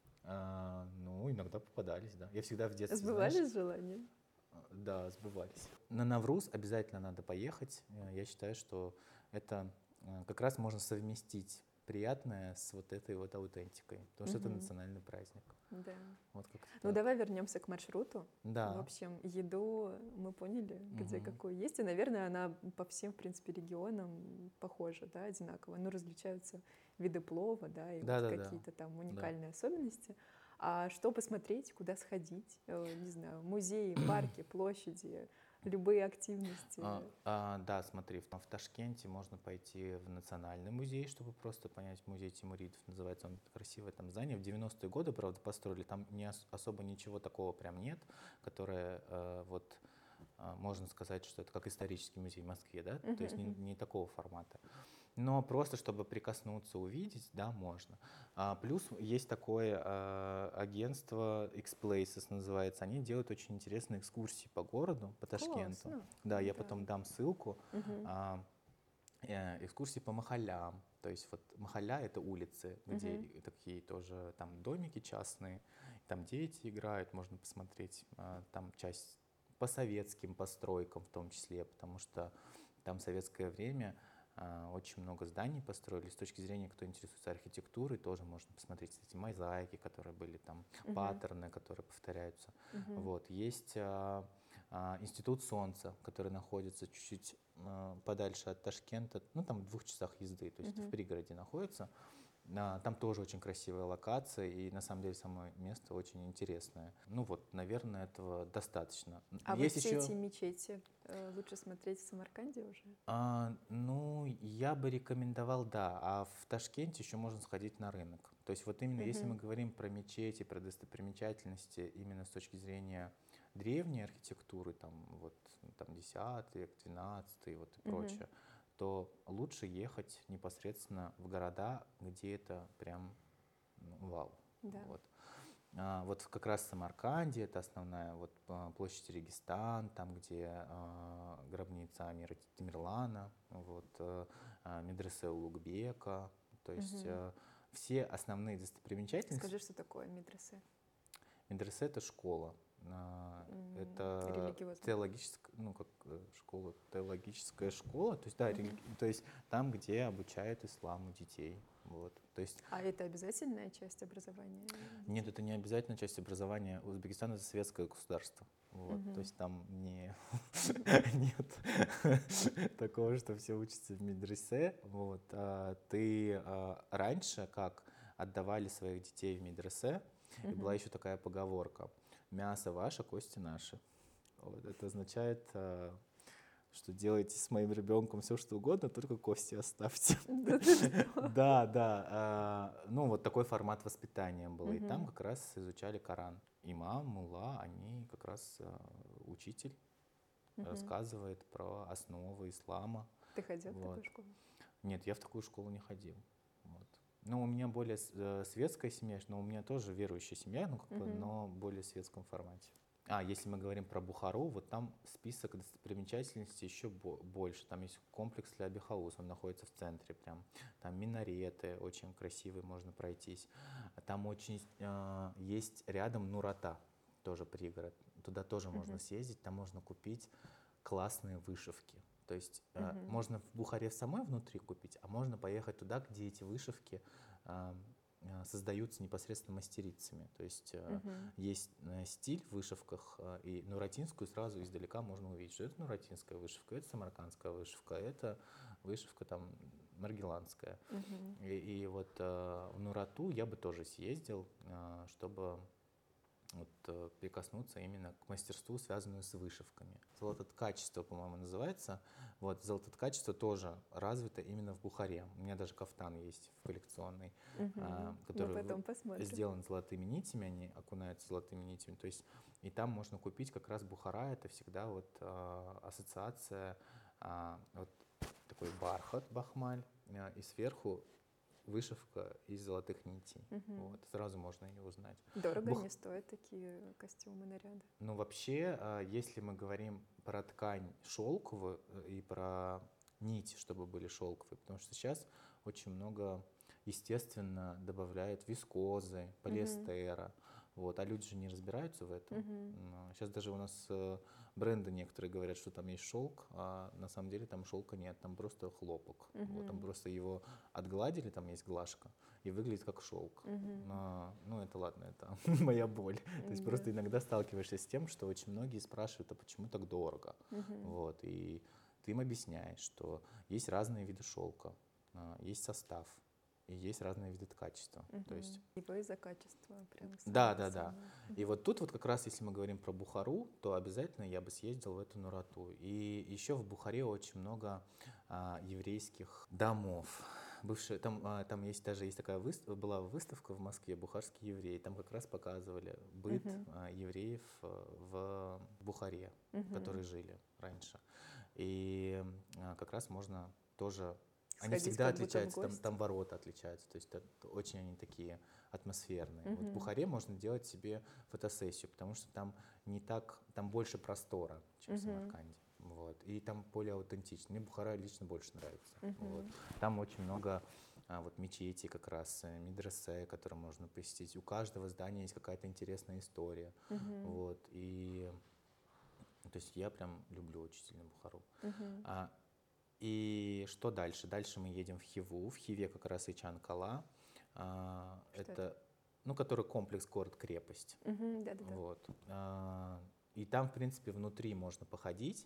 Ну, иногда попадались, да. Я всегда в детстве, знаешь, Сбывались желания? да, сбывались. На Навруз обязательно надо поехать. Я считаю, что это как раз можно совместить приятное с вот этой вот аутентикой, потому что это Мгм. национальный праздник. Да. Вот как-то Ну так. давай вернемся к маршруту. В Да. общем, еду мы поняли, где Мгм. какую есть. И, наверное, она по всем, в принципе, регионам похожа, да, одинаково. Ну, различаются виды плова, да, и вот Да-да-да. какие-то там Да. уникальные особенности. А что посмотреть, куда сходить? Не знаю, музеи, парки, площади, любые активности. Да, смотри, в Ташкенте можно пойти в Национальный музей, чтобы просто понять, музей Тимуридов, называется он, красивое там здание. В 90-е годы, правда, построили, там особо ничего такого прям нет, которое вот можно сказать, что это как исторический музей в Москве, да, то есть не такого формата. Но просто, чтобы прикоснуться, увидеть, да, можно. Плюс есть такое агентство X-Places называется. Они делают очень интересные экскурсии по городу, по Ташкенту. Классно. Да, я Да. потом дам ссылку. Мгм. экскурсии по махаллям. То есть вот махалля — это улицы, где такие тоже там домики частные, там дети играют, можно посмотреть там часть по советским постройкам в том числе, потому что там в советское время очень много зданий построили. С точки зрения, кто интересуется архитектурой, тоже можно посмотреть эти мозаики, которые были там, паттерны, которые повторяются. Вот. Есть Институт Солнца, который находится чуть-чуть подальше от Ташкента, ну там в 2 часах езды, то есть в пригороде находится. Там тоже очень красивая локация, и на самом деле само место очень интересное. Ну вот, наверное, этого достаточно. А есть вот все еще... эти мечети лучше смотреть в Самарканде уже? Ну, я бы рекомендовал, да. А в Ташкенте еще можно сходить на рынок. То есть вот именно если мы говорим про мечети, про достопримечательности именно с точки зрения древней архитектуры, там, вот, там 10 век, 12 вот и прочее, то лучше ехать непосредственно в города, где это прям вау. Да. Вот. Вот как раз в Самарканде это основная вот, площадь Регистан, там, где гробница Амира Тимирлана, вот, медресе Улугбека, то есть все основные достопримечательности. Скажи, что такое медресе? Медресе — это школа. Это теологическая, ну, как школа, теологическая школа, то есть, да, то есть там, где обучают исламу детей. Вот, то есть, а это обязательная часть образования? Нет, это не обязательная часть образования. Узбекистан — это светское государство. Вот, то есть там нет такого, что все учатся в медресе. Вот, ты раньше как отдавали своих детей в медресе, и была еще такая поговорка: «Мясо ваше, кости наши». Вот, это означает, что делайте с моим ребенком все, что угодно, только кости оставьте. Да. Ну, вот такой формат воспитания был. И там как раз изучали Коран. Имам, мулла, они как раз учитель, рассказывает про основы ислама. Ты ходил в такую школу? Нет, я в такую школу не ходил. Ну, у меня более светская семья, но у меня тоже верующая семья, ну, как бы, но в более светском формате. Если мы говорим про Бухару, вот там список достопримечательностей еще больше. Там есть комплекс Ляби Хаус, он находится в центре прям. Там минареты очень красивые, можно пройтись. Там очень есть рядом Нурата, тоже пригород. Туда тоже можно съездить, там можно купить классные вышивки. То есть можно в Бухаре самой внутри купить, а можно поехать туда, где эти вышивки создаются непосредственно мастерицами. То есть есть стиль в вышивках, и нуратинскую сразу издалека можно увидеть, что это нуратинская вышивка, это самаркандская вышивка, это вышивка там маргеланская. И вот в Нурату я бы тоже съездил, чтобы вот, прикоснуться именно к мастерству, связанному с вышивками. Золототкачество, по-моему, называется. Вот, золототкачество тоже развито именно в Бухаре. У меня даже кафтан есть в коллекционный, который сделан золотыми нитями, они окунаются золотыми нитями. То есть, и там можно купить как раз Бухара, это всегда вот ассоциация, вот такой бархат, бахмаль, и сверху вышивка из золотых нитей. Вот, сразу можно ее узнать. Дорого они стоят, такие костюмы, наряды? Ну, вообще, если мы говорим про ткань шелковую и про нити, чтобы были шелковые, потому что сейчас очень много, естественно, добавляют вискозы, полиэстера. Вот, а люди же не разбираются в этом. Сейчас даже у нас бренды некоторые говорят, что там есть шелк, а на самом деле там шелка нет, там просто хлопок. Вот, там просто его отгладили, там есть глажка, и выглядит как шелк. Ну, это ладно, это моя боль. То есть просто иногда сталкиваешься с тем, что очень многие спрашивают, а почему так дорого? Вот, и ты им объясняешь, что есть разные виды шелка, есть состав. И есть разные виды качества. То есть... И вы за качество прям. Да. И вот тут вот как раз, если мы говорим про Бухару, то обязательно я бы съездил в эту Нурату. И еще в Бухаре очень много еврейских домов. Бывшие, там есть даже такая была выставка в Москве «Бухарские евреи». Там как раз показывали быт евреев в Бухаре, которые жили раньше. И как раз можно тоже... Они всегда отличаются, там ворота отличаются, то есть очень они такие атмосферные. Вот в Бухаре можно делать себе фотосессию, потому что там не так, там больше простора, чем в Самарканде. Вот. Вот. И там более аутентично. Мне Бухара лично больше нравится. Вот. Там очень много вот мечетей как раз, медресе, которые можно посетить. У каждого здания есть какая-то интересная история. Вот. И то есть я прям люблю очень сильно Бухару. И что дальше? Дальше мы едем в Хиву. В Хиве как раз и Чанкала. Это, ну, который комплекс город-крепость. Да-да-да. Вот. И там, в принципе, внутри можно походить.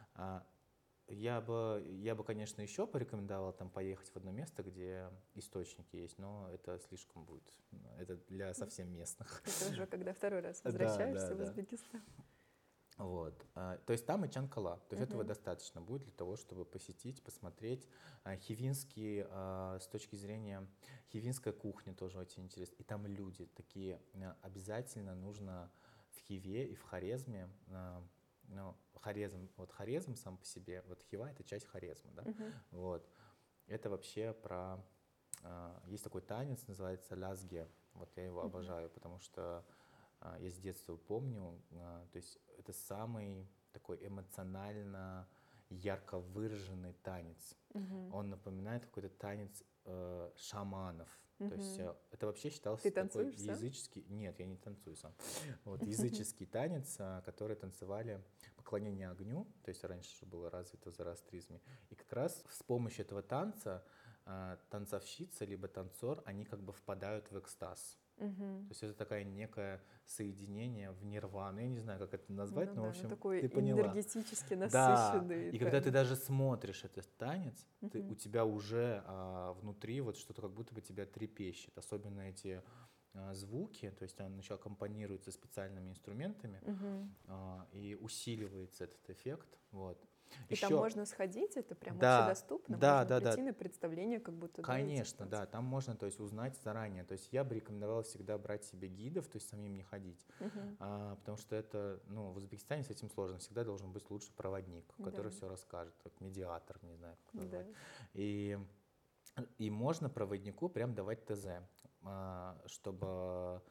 Я бы, конечно, еще порекомендовал там поехать в одно место, где источники есть, но это слишком будет. Это для совсем местных. Это уже когда второй раз возвращаешься в Узбекистан. Вот. То есть там и Чанкала. То есть этого достаточно будет для того, чтобы посетить, посмотреть. Хивинский, с точки зрения хивинской кухни тоже очень интересно. И там люди такие, обязательно нужно в Хиве и в Хорезме. Ну, Хорезм сам по себе, вот Хива — это часть Хорезма, да? Вот. Это вообще про... Есть такой танец, называется лязге. Вот я его обожаю, потому что я с детства помню, то есть это самый такой эмоционально ярко выраженный танец. Он напоминает какой-то танец шаманов. То есть это вообще считался такой языческий... Нет, я не танцую сам. Вот, языческий танец, который танцевали поклонение огню, то есть раньше было развито в зороастризме. И как раз с помощью этого танца танцовщица либо танцор, они как бы впадают в экстаз. То есть это такое некое соединение в нирвану. Я не знаю, как это назвать, но в общем, такой ты поняла. Энергетически насыщенный. Да. И когда ты даже смотришь этот танец, у тебя уже внутри вот что-то как будто бы тебя трепещет. Особенно эти звуки, то есть он еще аккомпанируется специальными инструментами, и усиливается этот эффект. Вот. И там можно сходить, это прям общедоступно, можно прийти на представление, как будто... Конечно, да, там можно, то есть, узнать заранее. То есть я бы рекомендовал всегда брать себе гидов, то есть самим не ходить, потому что это, ну, в Узбекистане с этим сложно. Всегда должен быть лучший проводник, который все расскажет, как медиатор, не знаю, как назвать. И можно проводнику прям давать ТЗ, чтобы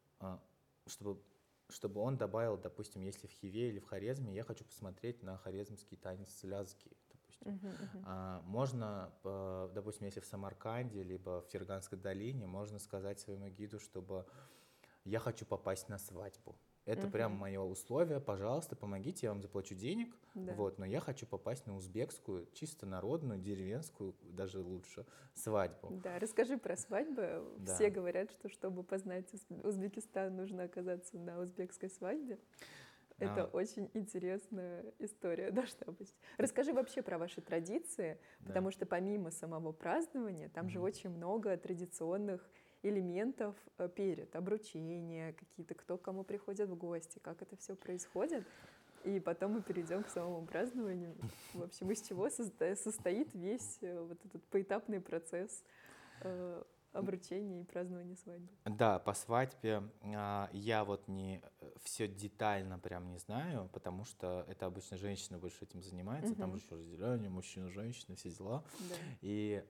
он добавил, допустим, если в Хиве или в Хорезме, я хочу посмотреть на хорезмский танец лязги, допустим. Можно, допустим, если в Самарканде, либо в Ферганской долине, можно сказать своему гиду, чтобы я хочу попасть на свадьбу. Это прям мое условие, пожалуйста, помогите, я вам заплачу денег, вот, но я хочу попасть на узбекскую, чисто народную, деревенскую, даже лучше, свадьбу. Да, расскажи про свадьбы. Да. Все говорят, что чтобы познать Узбекистан, нужно оказаться на узбекской свадьбе. Это очень интересная история должна быть. Расскажи вообще про ваши традиции, потому что помимо самого празднования, там же очень много традиционных элементов перед, обручение какие-то, кто к кому приходит в гости, как это все происходит. И потом мы перейдем к самому празднованию. В общем, из чего состоит весь вот этот поэтапный процесс обручения и празднования свадьбы. Да, по свадьбе я вот не все детально прям не знаю, потому что это обычно женщины больше этим занимаются, там же еще разделение, мужчина, женщина, все дела. И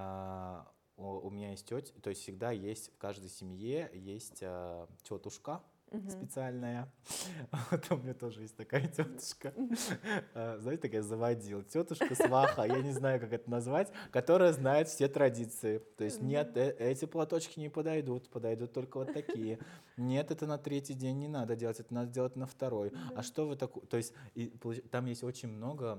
у меня есть тетя, то есть всегда есть, в каждой семье есть тетушка специальная. Вот у меня тоже есть такая тетушка. Знаете, такая заводила. Тетушка сваха, я не знаю, как это назвать, которая знает все традиции. То есть нет, эти платочки не подойдут, подойдут только вот такие. Нет, это на третий день не надо делать, это надо делать на второй. А что вы такое? То есть там есть очень много,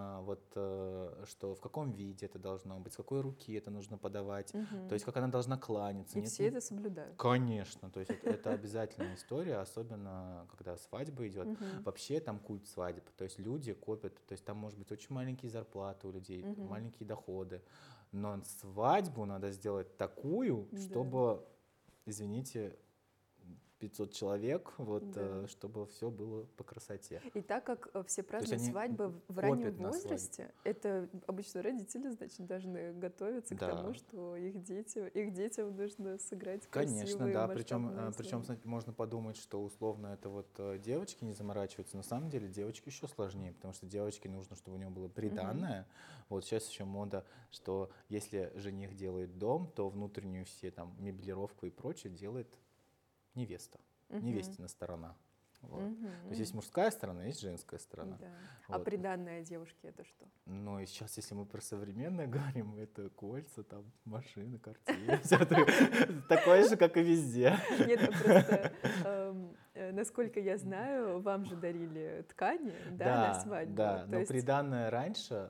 что в каком виде это должно быть, с какой руки это нужно подавать, то есть как она должна кланяться. И все это соблюдают. Конечно, то есть это обязательная история, особенно когда свадьба идет. Вообще там культ свадеб, то есть люди копят, то есть там может быть очень маленькие зарплаты у людей, маленькие доходы, но свадьбу надо сделать такую, чтобы, извините, 500 человек, вот, чтобы все было по красоте. И так как все празднуют свадьбы в раннем возрасте, это обычно родители, значит, должны готовиться к тому, что их детям нужно сыграть красивые. Конечно, да, причем можно подумать, что условно это вот девочки не заморачиваются, на самом деле девочки еще сложнее, потому что девочке нужно, чтобы у нее было приданное. Вот сейчас еще мода, что если жених делает дом, то внутреннюю все там меблировку и прочее делает невеста, невестина сторона. Вот. То есть есть мужская сторона, есть женская сторона. Да. Вот. А приданное девушке это что? Ну и сейчас, если мы про современное говорим, это кольца, там, машины, квартиры, всё такое же, как и везде. Нет, ну просто, насколько я знаю, вам же дарили ткани, да, на свадьбу. Да, То но есть- приданное раньше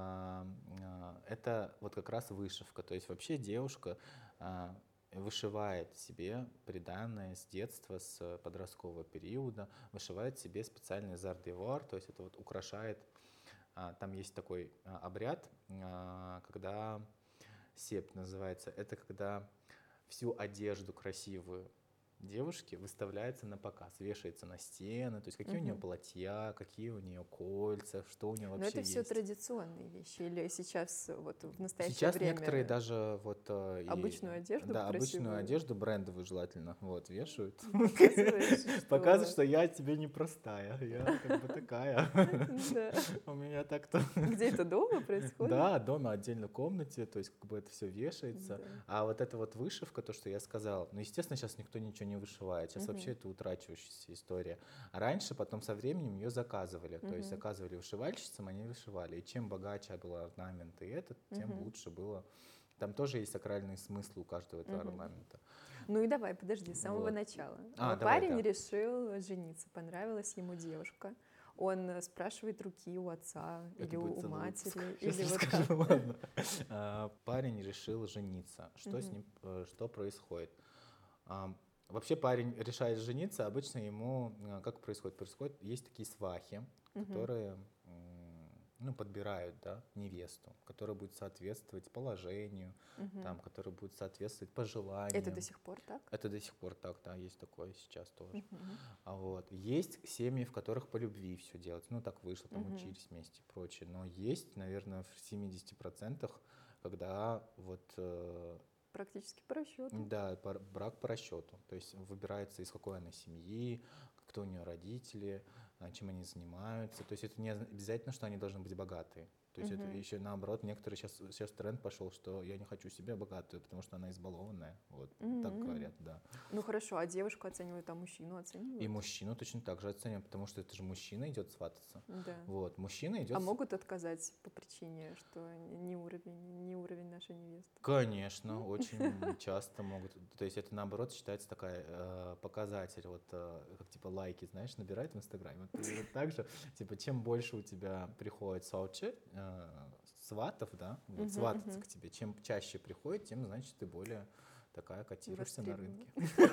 это вот как раз вышивка. То есть вообще девушка вышивает себе приданное с детства, с подросткового периода, вышивает себе специальный зардевар, то есть это вот украшает. Там есть такой обряд, когда септ называется. Это когда всю одежду красивую девушки выставляется на показ, вешается на стены, то есть какие у нее платья, какие у нее кольца, что у нее Но вообще это все есть. традиционные вещи, или сейчас вот в настоящее Сейчас время некоторые даже вот обычную одежду да, обычную красивую одежду брендовую желательно вот вешают, показываешь, показывают, что я тебе не простая, я как бы такая, Да. у меня так-то. Где это дома происходит? Да, дома отдельно в комнате, то есть как бы это все вешается. Да. А вот эта вот вышивка, то, что я сказал, ну, естественно, сейчас никто ничего не вышивает. Сейчас вообще это утрачивающаяся история. А раньше, потом со временем ее заказывали. То есть заказывали вышивальщицам, они вышивали. И чем богаче был орнамент и этот, тем лучше было. Там тоже есть сакральный смысл у каждого этого орнамента. Ну и давай, подожди, с самого Вот. начала. Давай, Парень да. решил жениться, понравилась ему девушка. Он спрашивает руки у отца Это или будет у целый матери, выпуск. или Сейчас вот расскажу, как. ладно. Парень решил жениться. Что с ним, что происходит? Вообще парень решает жениться, обычно ему, как происходит? Есть такие свахи, которые подбирают, да, невесту, которая будет соответствовать положению, там, которая будет соответствовать пожеланиям. Это до сих пор так? Это до сих пор так, да, есть такое сейчас тоже. Вот. Есть семьи, в которых по любви все делать, ну так вышло, там учились вместе и прочее, но есть, наверное, в 70%, когда вот... Практически по расчету. Да, брак по расчету. То есть выбирается, из какой она семьи, кто у нее родители, чем они занимаются. То есть это не обязательно, что они должны быть богатые. То есть это еще наоборот, некоторые сейчас тренд пошел, что я не хочу себе богатую, потому что она избалованная. Вот так говорят, да. Ну хорошо, а девушку оценивают, а мужчину оценивают? И мужчину точно так же оценивают, потому что это же мужчина идет свататься. Да. Вот, мужчина идет. А могут отказать по причине, что не уровень нашей невесты? Конечно, очень часто могут. То есть это наоборот считается такая показатель, вот как типа лайки, знаешь, набирает в Инстаграме. Вот так же, типа чем больше у тебя приходит сватов, да, вот, свататься к тебе, чем чаще приходит, тем значит ты более такая котируешься на рынке.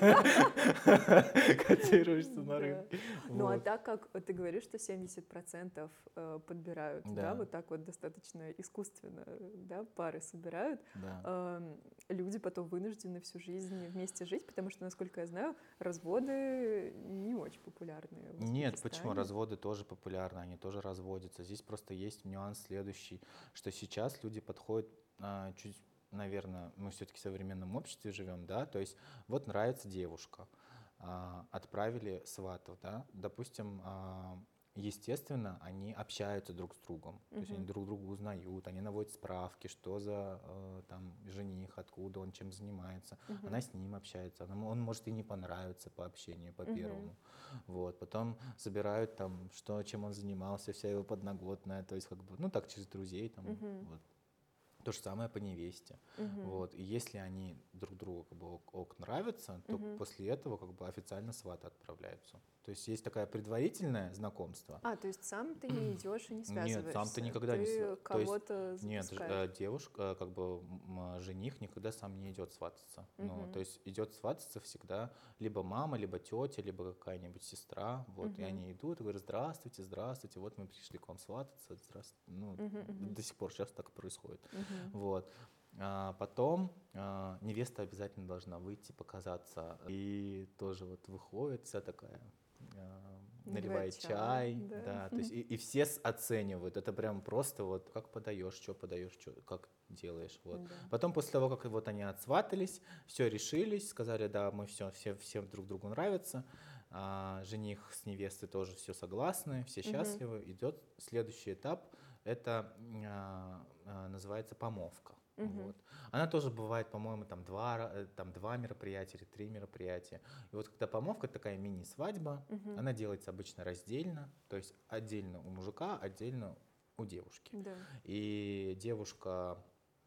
Котируешься на рынке. Ну а так как ты говоришь, что 70% подбирают, да, вот так вот достаточно искусственно, да, пары собирают, люди потом вынуждены всю жизнь вместе жить, потому что, насколько я знаю, разводы не очень популярны. Нет, почему? Разводы тоже популярны, они тоже разводятся. Здесь просто есть нюанс следующий, что сейчас люди подходят чуть, наверное, мы все-таки в современном обществе живем, да, то есть вот нравится девушка, отправили сватов, да, допустим, естественно, они общаются друг с другом, то есть они друг друга узнают, они наводят справки, что за там жених, откуда он, чем занимается, она с ним общается, он может и не понравиться по общению, по первому, вот, потом собирают там, что, чем он занимался, вся его подноготная, то есть как бы, ну так через друзей там, вот. То же самое по невесте. Вот. И если они друг другу как бы нравятся, то после этого как бы официально сваты отправляются. То есть есть такое предварительное знакомство. То есть сам ты не идешь и не связываешься? Нет, сам ты никогда не связываешься. Кого-то запускаешь? Нет, девушка, как бы жених никогда сам не идет свататься. Ну, то есть идет свататься всегда либо мама, либо тетя, либо какая-нибудь сестра. Вот, и они идут и говорят: здравствуйте, здравствуйте, вот мы пришли к вам свататься. Здравствуйте. Ну, до сих пор сейчас так и происходит. Вот. Потом невеста обязательно должна выйти, показаться. И тоже вот выходит вся такая, наливает чай. Да, то есть и все оценивают. Это прям просто вот как подаешь, что как делаешь. Вот. Потом после того, как вот они отсватались, все решились, сказали: да, мы все друг другу нравятся. Жених с невестой тоже все согласны, все счастливы. Идет следующий этап. Это называется помолвка. Вот. Она тоже бывает, по-моему, там 2 мероприятия или 3 мероприятия. И вот когда помолвка, такая мини-свадьба, она делается обычно раздельно, то есть отдельно у мужика, отдельно у девушки. Да. И девушка,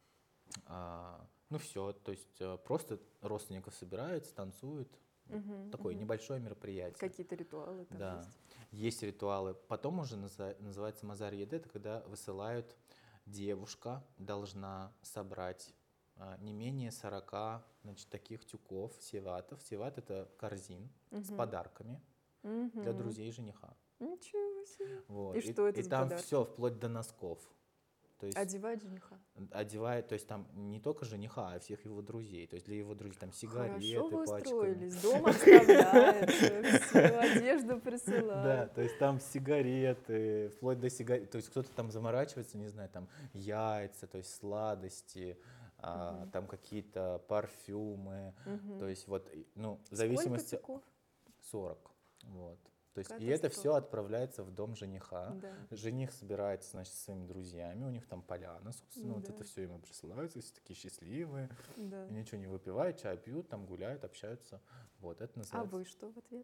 ну все, то есть просто родственников собираются, танцуют. Такое небольшое мероприятие. Какие-то ритуалы там Да, есть. есть ритуалы. Потом уже называется Мазар Еде, это когда высылают, девушка должна собрать не менее 40, значит, таких тюков, севатов. Севат — это корзин с подарками для друзей жениха. Ничего себе. Вот. И что это и за там подарки? все, вплоть до носков. То есть Одевать жениха. одевает, то есть там не только жениха, а всех его друзей. То есть для его друзей там сигареты, Хорошо вы пачками. устроились. Дом обставляется, всю одежду Да, присылают. то есть там сигареты, вплоть до сигарет, то есть кто-то там заморачивается, не знаю, там яйца, то есть сладости, там какие-то парфюмы, то есть вот, ну, в Сколько зависимости... тюков? 40, вот. То есть и это все отправляется в дом жениха. Да. Жених собирается, значит, со своими друзьями, у них там поляна, собственно, вот Да. это все ему присылают, все такие счастливые, Да. ничего не выпивают, чай пьют, там гуляют, общаются, вот, это А называется... вы что в ответ?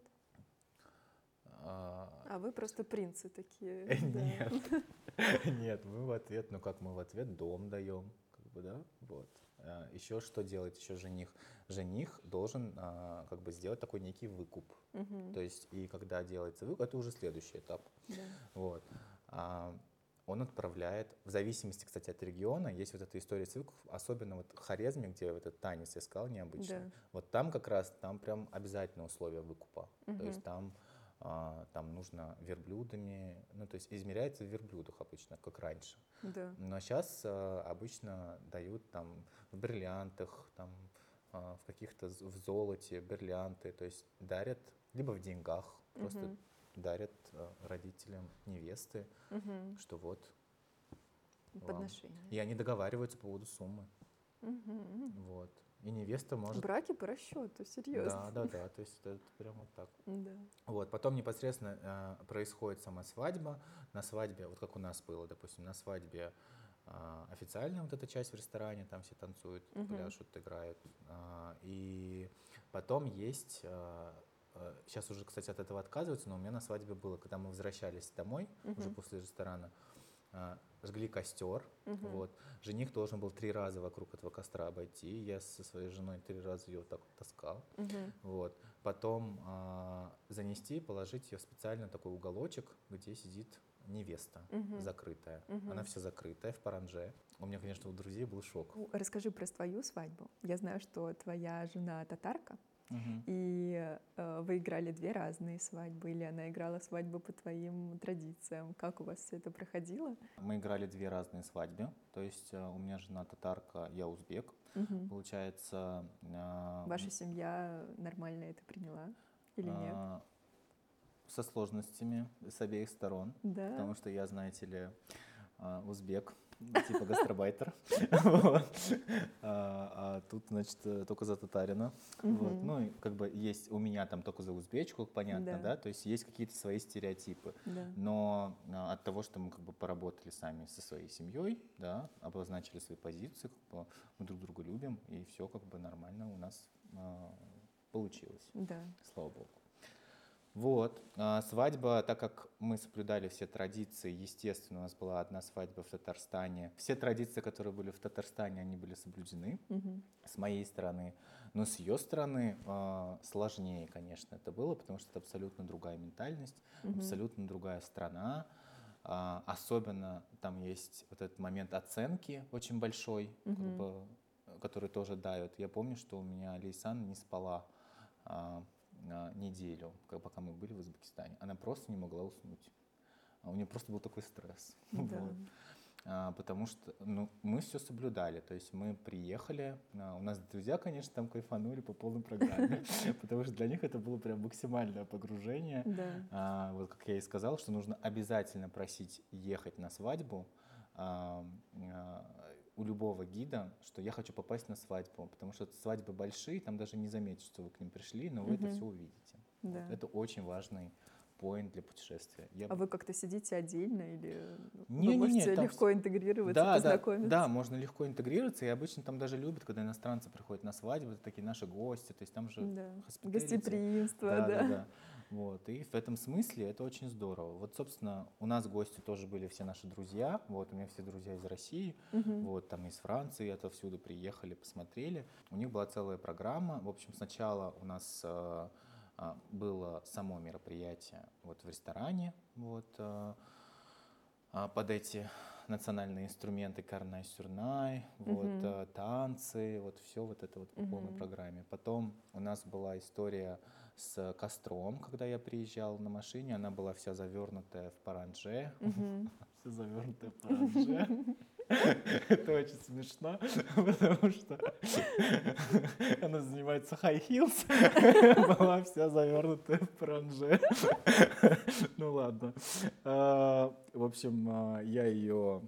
а, А вы просто принцы такие. да. Нет, нет, мы в ответ, ну как мы в ответ дом даем, как бы, да, вот. Еще что делает еще жених? Жених должен как бы сделать такой некий выкуп. То есть и когда делается выкуп, это уже следующий этап. Да. Вот. Он отправляет, в зависимости, кстати, от региона, есть вот эта история с выкупом, особенно вот в Хорезме, где вот этот танец я сказал необычный. Да. Вот там как раз, там прям обязательно условия выкупа. То есть там нужно верблюдами, ну, то есть измеряется в верблюдах обычно, как раньше. Да. Но сейчас обычно дают там в бриллиантах, там, в каких-то в золоте, бриллианты, то есть дарят, либо в деньгах, просто дарят родителям невесты, что вот вам. Подношение. И они договариваются по поводу суммы. Вот. И невеста может... Браки по расчету, серьезно. Да, то есть это прям вот так. Да. Вот, потом непосредственно происходит сама свадьба. На свадьбе, вот как у нас было, допустим, на свадьбе официальная вот эта часть в ресторане, там все танцуют, пляшут, играют. И потом есть, сейчас уже, кстати, от этого отказываются, но у меня на свадьбе было, когда мы возвращались домой, уже после ресторана, жгли костер, вот. Жених должен был 3 раза вокруг этого костра обойти, я со своей женой 3 раза ее вот так вот таскал, вот. Потом занести, положить ее в специально такой уголочек, где сидит невеста закрытая, она вся закрытая в паранже. У меня, конечно, у друзей был шок. Расскажи про твою свадьбу. Я знаю, что твоя жена татарка, и вы играли 2 разные свадьбы, или она играла свадьбу по твоим традициям. Как у вас все это проходило? Мы играли 2 разные свадьбы, то есть у меня жена татарка, я узбек. Получается... Ваша семья нормально это приняла или нет? Со сложностями с обеих сторон, Да. потому что я, знаете ли, узбек, типа гастробайтер, вот. А тут, значит, только за татарина. Вот. Ну, и как бы есть у меня там только за узбечку, понятно, да, то есть есть какие-то свои стереотипы. Да. Но от того, что мы как бы поработали сами со своей семьей, да, обозначили свои позиции, как бы мы друг друга любим, и все как бы нормально у нас получилось. Да. Слава богу. Вот, свадьба, так как мы соблюдали все традиции, естественно, у нас была одна свадьба в Татарстане. Все традиции, которые были в Татарстане, они были соблюдены с моей стороны. Но с ее стороны сложнее, конечно, это было, потому что это абсолютно другая ментальность, абсолютно другая страна. Особенно там есть вот этот момент оценки очень большой, как бы, который тоже давит. Я помню, что у меня Лейсан не спала неделю, пока мы были в Узбекистане. Она просто не могла уснуть. У нее просто был такой стресс. Да. Вот. Потому что мы все соблюдали. То есть мы приехали, у нас друзья, конечно, там кайфанули по полной программе, потому что для них это было прям максимальное погружение. Да. Вот как я и сказал, что нужно обязательно просить ехать на свадьбу у любого гида, что я хочу попасть на свадьбу, потому что свадьбы большие, там даже не заметишь, что вы к ним пришли, но вы это все увидите. Да. Вот. Это очень важный поинт для путешествия. А вы как-то сидите отдельно или Не, вы не, можете не, там легко интегрироваться, да, познакомиться? да, можно легко интегрироваться, и обычно там даже любят, когда иностранцы приходят на свадьбу, это такие наши гости, то есть там же Да. hospitality. Гостеприимство, Да, да. да, да. Вот, и в этом смысле это очень здорово. Вот, собственно, у нас гости тоже были все наши друзья, вот, у меня все друзья из России, вот, там из Франции, отовсюду приехали, посмотрели. У них была целая программа. В общем, сначала у нас было само мероприятие вот в ресторане, вот, под эти национальные инструменты карнай-сюрнай, вот, танцы, вот все вот это вот по полной программе. Потом у нас была история с костром, когда я приезжал на машине, она была вся завернутая в паранже, вся завернутая в паранже. Это очень смешно, потому что она занимается high heels, была вся завернутая в паранже. Ну ладно. В общем, я ее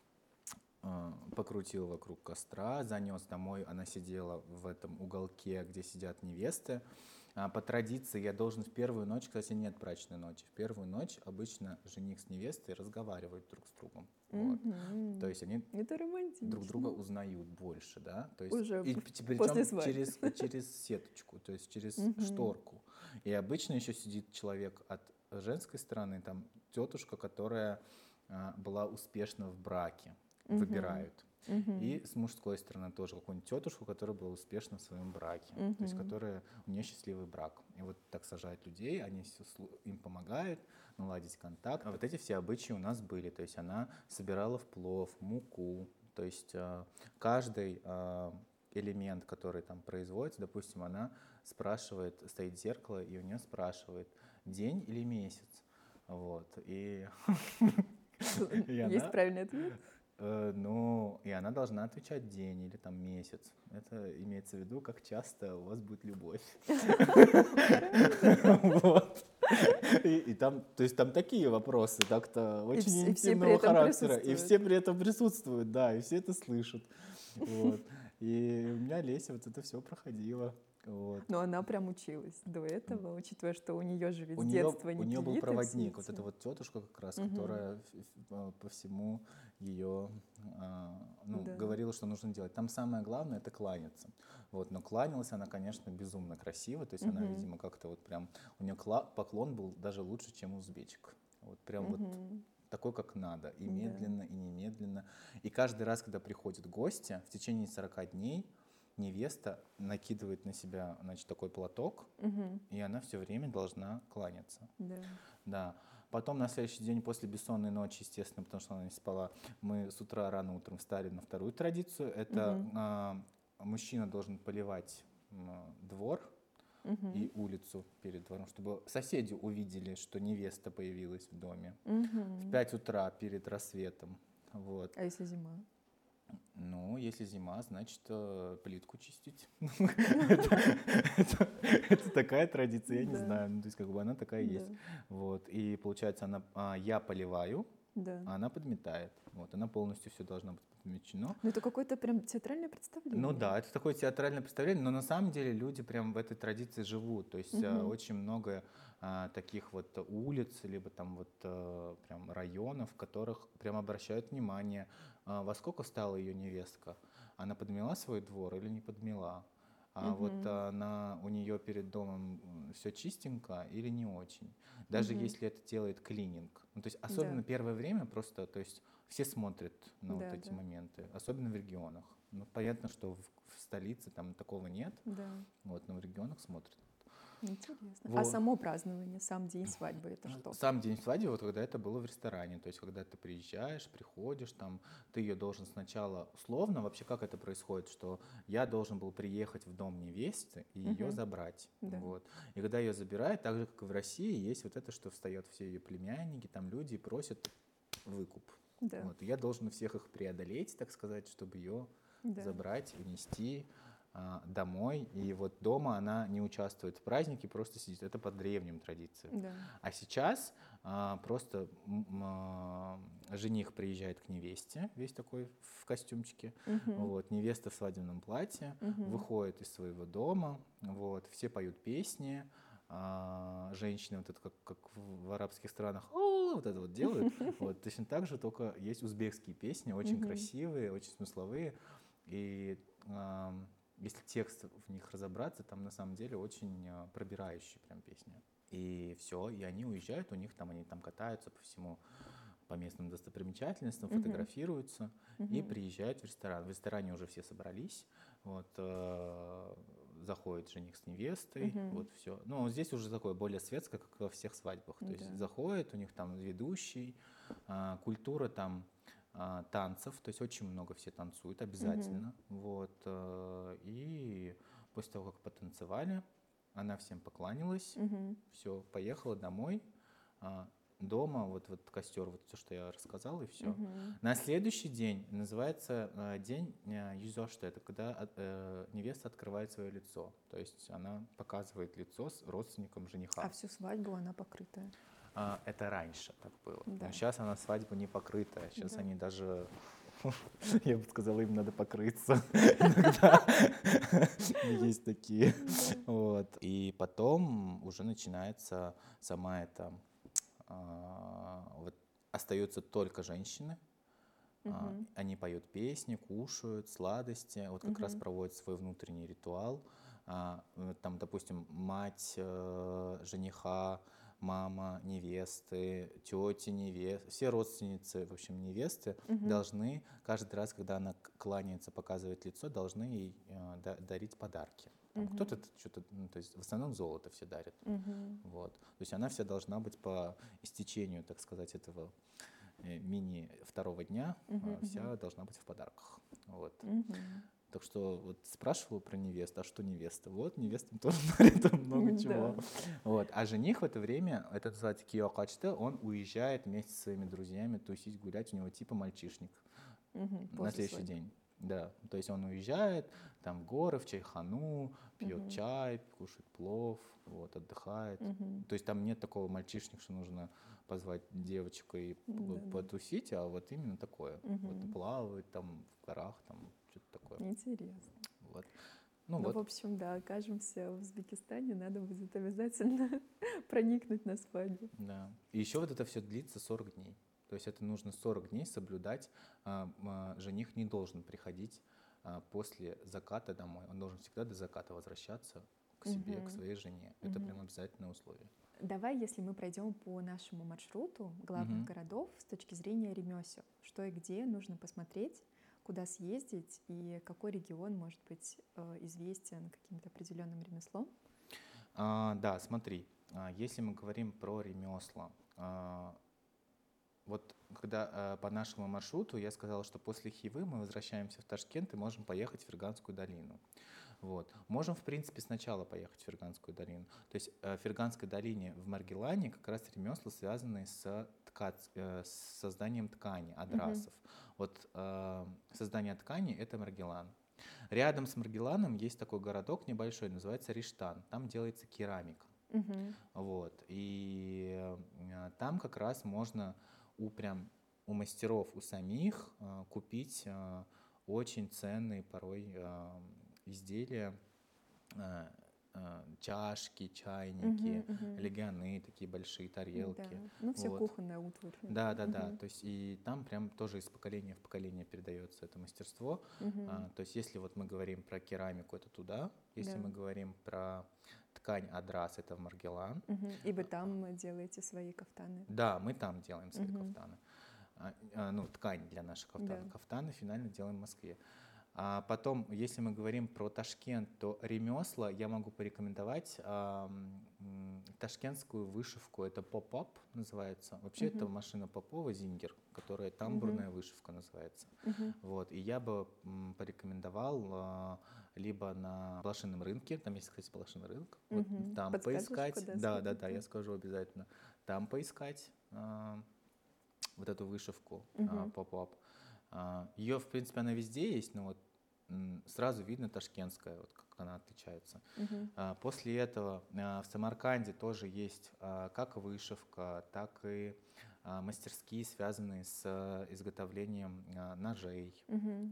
покрутил вокруг костра, занес домой, она сидела в этом уголке, где сидят невесты. По традиции я должен в первую ночь, кстати, нет брачной ночи, в первую ночь обычно жених с невестой разговаривают друг с другом. Вот. То есть они Это романтично. друг друга узнают больше, да? То есть, Уже причем после свадьбы. через сеточку, то есть через шторку. И обычно еще сидит человек от женской стороны, там тетушка, которая была успешна в браке, выбирают. И с мужской стороны тоже какую-нибудь тетушку, которая была успешна в своем браке, то есть которая, у нее счастливый брак. И вот так сажают людей, они им помогают наладить контакт. А вот эти все обычаи у нас были, то есть она собирала в плов муку, то есть каждый элемент, который там производится, допустим, она спрашивает, стоит зеркало, и у нее спрашивает, день или месяц, вот, и Есть правильный ответ? Ну, и она должна отвечать день или там месяц. Это имеется в виду, как часто у вас будет любовь. Вот. И там, то есть там такие вопросы, так-то очень интимного характера. И все при этом присутствуют, да, и все это слышат. Вот. И у меня Леся вот это все проходила. Вот. Но она прям училась до этого, учитывая, что у нее же ведь У с детства не у нее был привиты проводник, все вот эти. эта вот тетушка как раз, которая по всему ее говорила, что нужно делать. Там самое главное — это кланяться. Вот, но кланялась она, конечно, безумно красиво, то есть она, видимо, как-то вот прям, у нее поклон был даже лучше, чем у узбечек. Вот прям вот такой, как надо, и медленно, и немедленно. И каждый раз, когда приходят гости, в течение 40 дней невеста накидывает на себя, значит, такой платок, и она все время должна кланяться. Да. Потом на следующий день после бессонной ночи, естественно, потому что она не спала, мы с утра рано утром встали на вторую традицию. Это мужчина должен поливать двор и улицу перед двором, чтобы соседи увидели, что невеста появилась в доме. В 5 утра перед рассветом. Вот. А если зима? Ну, если зима, значит, плитку чистить. Это такая традиция, я не знаю. Ну, то есть, как бы она такая есть. Вот. И получается, я поливаю, а она подметает. Вот. Она полностью все должна быть подмечено. Ну, это какое-то прям театральное представление. Ну да, это такое театральное представление, но на самом деле люди прям в этой традиции живут. То есть очень много таких вот улиц, либо там вот прям районов, в которых прям обращают внимание, во сколько встала ее невестка. Она подмела свой двор или не подмела? Вот у нее перед домом все чистенько или не очень. Даже если это делает клининг. Ну, то есть особенно первое время просто, то есть все смотрят на вот эти моменты, особенно в регионах. Ну, понятно, что в столице там такого нет, вот, но в регионах смотрят. Интересно. Вот. А само празднование, сам день свадьбы, это что? Сам день свадьбы, вот когда это было в ресторане, то есть когда ты приезжаешь, приходишь, там, ты ее должен сначала, условно, вообще как это происходит, что я должен был приехать в дом невесты и ее забрать. Вот. И когда ее забирают, так же, как и в России, есть вот это, что встают все ее племянники, там люди и просят выкуп. Вот. И я должен всех их преодолеть, так сказать, чтобы ее забрать, унести домой. И вот дома она не участвует в празднике, просто сидит. Это по древним традициям. А сейчас просто жених приезжает к невесте, весь такой в костюмчике. Вот, невеста в свадебном платье выходит из своего дома. Вот, все поют песни. женщины вот это как в арабских странах вот это вот делают. Вот точно так же, только есть узбекские песни, очень красивые, очень смысловые. И если текст в них разобраться, там на самом деле очень пробирающие прям песни. И все, и они уезжают, у них там они там катаются по местным достопримечательностям, фотографируются и приезжают в ресторан. В ресторане уже все собрались, вот, заходит жених с невестой, вот все. Ну, здесь уже такое более светское, как во всех свадьбах. То есть заходит, у них там ведущий, культура там танцев, то есть очень много все танцуют обязательно. Вот, и после того, как потанцевали, она всем покланялась, все, поехала домой. Дома, вот костер, вот все, что я рассказал, и все. На следующий день называется день юзёшта, это когда невеста открывает свое лицо, то есть она показывает лицо с родственником жениха. А всю свадьбу она покрытая? Это раньше так было. Да. Но сейчас она свадьба не покрытая, сейчас они даже... Я бы сказала, им надо покрыться. Иногда есть такие. Вот. И потом уже начинается сама эта... Вот остаются только женщины. Они поют песни, кушают сладости. Вот как раз проводят свой внутренний ритуал. Там, допустим, мать жениха, мама невесты, тети невесты, все родственницы, в общем, невесты должны каждый раз, когда она кланяется, показывает лицо, должны ей дарить подарки. Там кто-то что-то, ну, то есть в основном золото все дарят. Вот. То есть она вся должна быть по истечению, так сказать, этого мини второго дня, вся должна быть в подарках. Вот. Так что вот спрашивала про невесту, а что невеста? Вот, невестам тоже дарят много чего. Вот. А жених в это время, это называется киокачте, он уезжает вместе со своими друзьями тусить, гулять, у него типа мальчишник на следующий день. Да, то есть он уезжает там в горы, в Чайхану, пьет чай, кушает плов, вот, отдыхает. То есть там нет такого мальчишника, что нужно позвать девочку и потусить, а вот именно такое. Вот, плавает там в горах, там что-то такое. Интересно. Вот. Ну, вот. в общем, да, окажемся в Узбекистане, надо будет обязательно проникнуть на свадьбу. Да. И еще вот это все длится 40 дней. То есть это нужно 40 дней соблюдать. Жених не должен приходить после заката домой. Он должен всегда до заката возвращаться к себе, к своей жене. Это прям обязательное условие. Давай, если мы пройдем по нашему маршруту главных городов с точки зрения ремесел. Что и где нужно посмотреть, куда съездить и какой регион может быть известен каким-то определенным ремеслом? Да, смотри, если мы говорим про ремесла, вот когда по нашему маршруту я сказала, что после Хивы мы возвращаемся в Ташкент и можем поехать в Ферганскую долину. Вот. Можем, в принципе, сначала поехать в Ферганскую долину. То есть в Ферганской долине в Маргилане как раз ремесла, связанные с созданием ткани, адрасов. Вот создание ткани — это Маргилан. Рядом с Маргиланом есть такой городок небольшой, называется Риштан. Там делается керамика. Вот. И там как раз можно у мастеров, у самих купить очень ценные порой изделия, чашки, чайники, легионы, такие большие тарелки. Да. Ну, все вот. кухонная утварь. Да. То есть и там прям тоже из поколения в поколение передается это мастерство. То есть если вот мы говорим про керамику, это туда. Если мы говорим про ткань адрас, это в Маргилан. И вы там делаете свои кафтаны? Да, мы там делаем свои кафтаны. Ну, ткань для наших кафтанов. Да. Кафтаны финально делаем в Москве. А потом, если мы говорим про Ташкент, то ремесла я могу порекомендовать ташкентскую вышивку. Это поп-ап называется. Вообще это машина Попова Зингер, которая тамбурная вышивка называется. Вот. И я бы порекомендовал либо на Блошином рынке, там есть, кстати, Блошиный рынок, вот там поискать. Да, я скажу обязательно. Там поискать вот эту вышивку поп-ап. Ее, в принципе, она везде есть, но вот сразу видно ташкентская, вот как она отличается. После этого в Самарканде тоже есть как вышивка, так и мастерские, связанные с изготовлением ножей.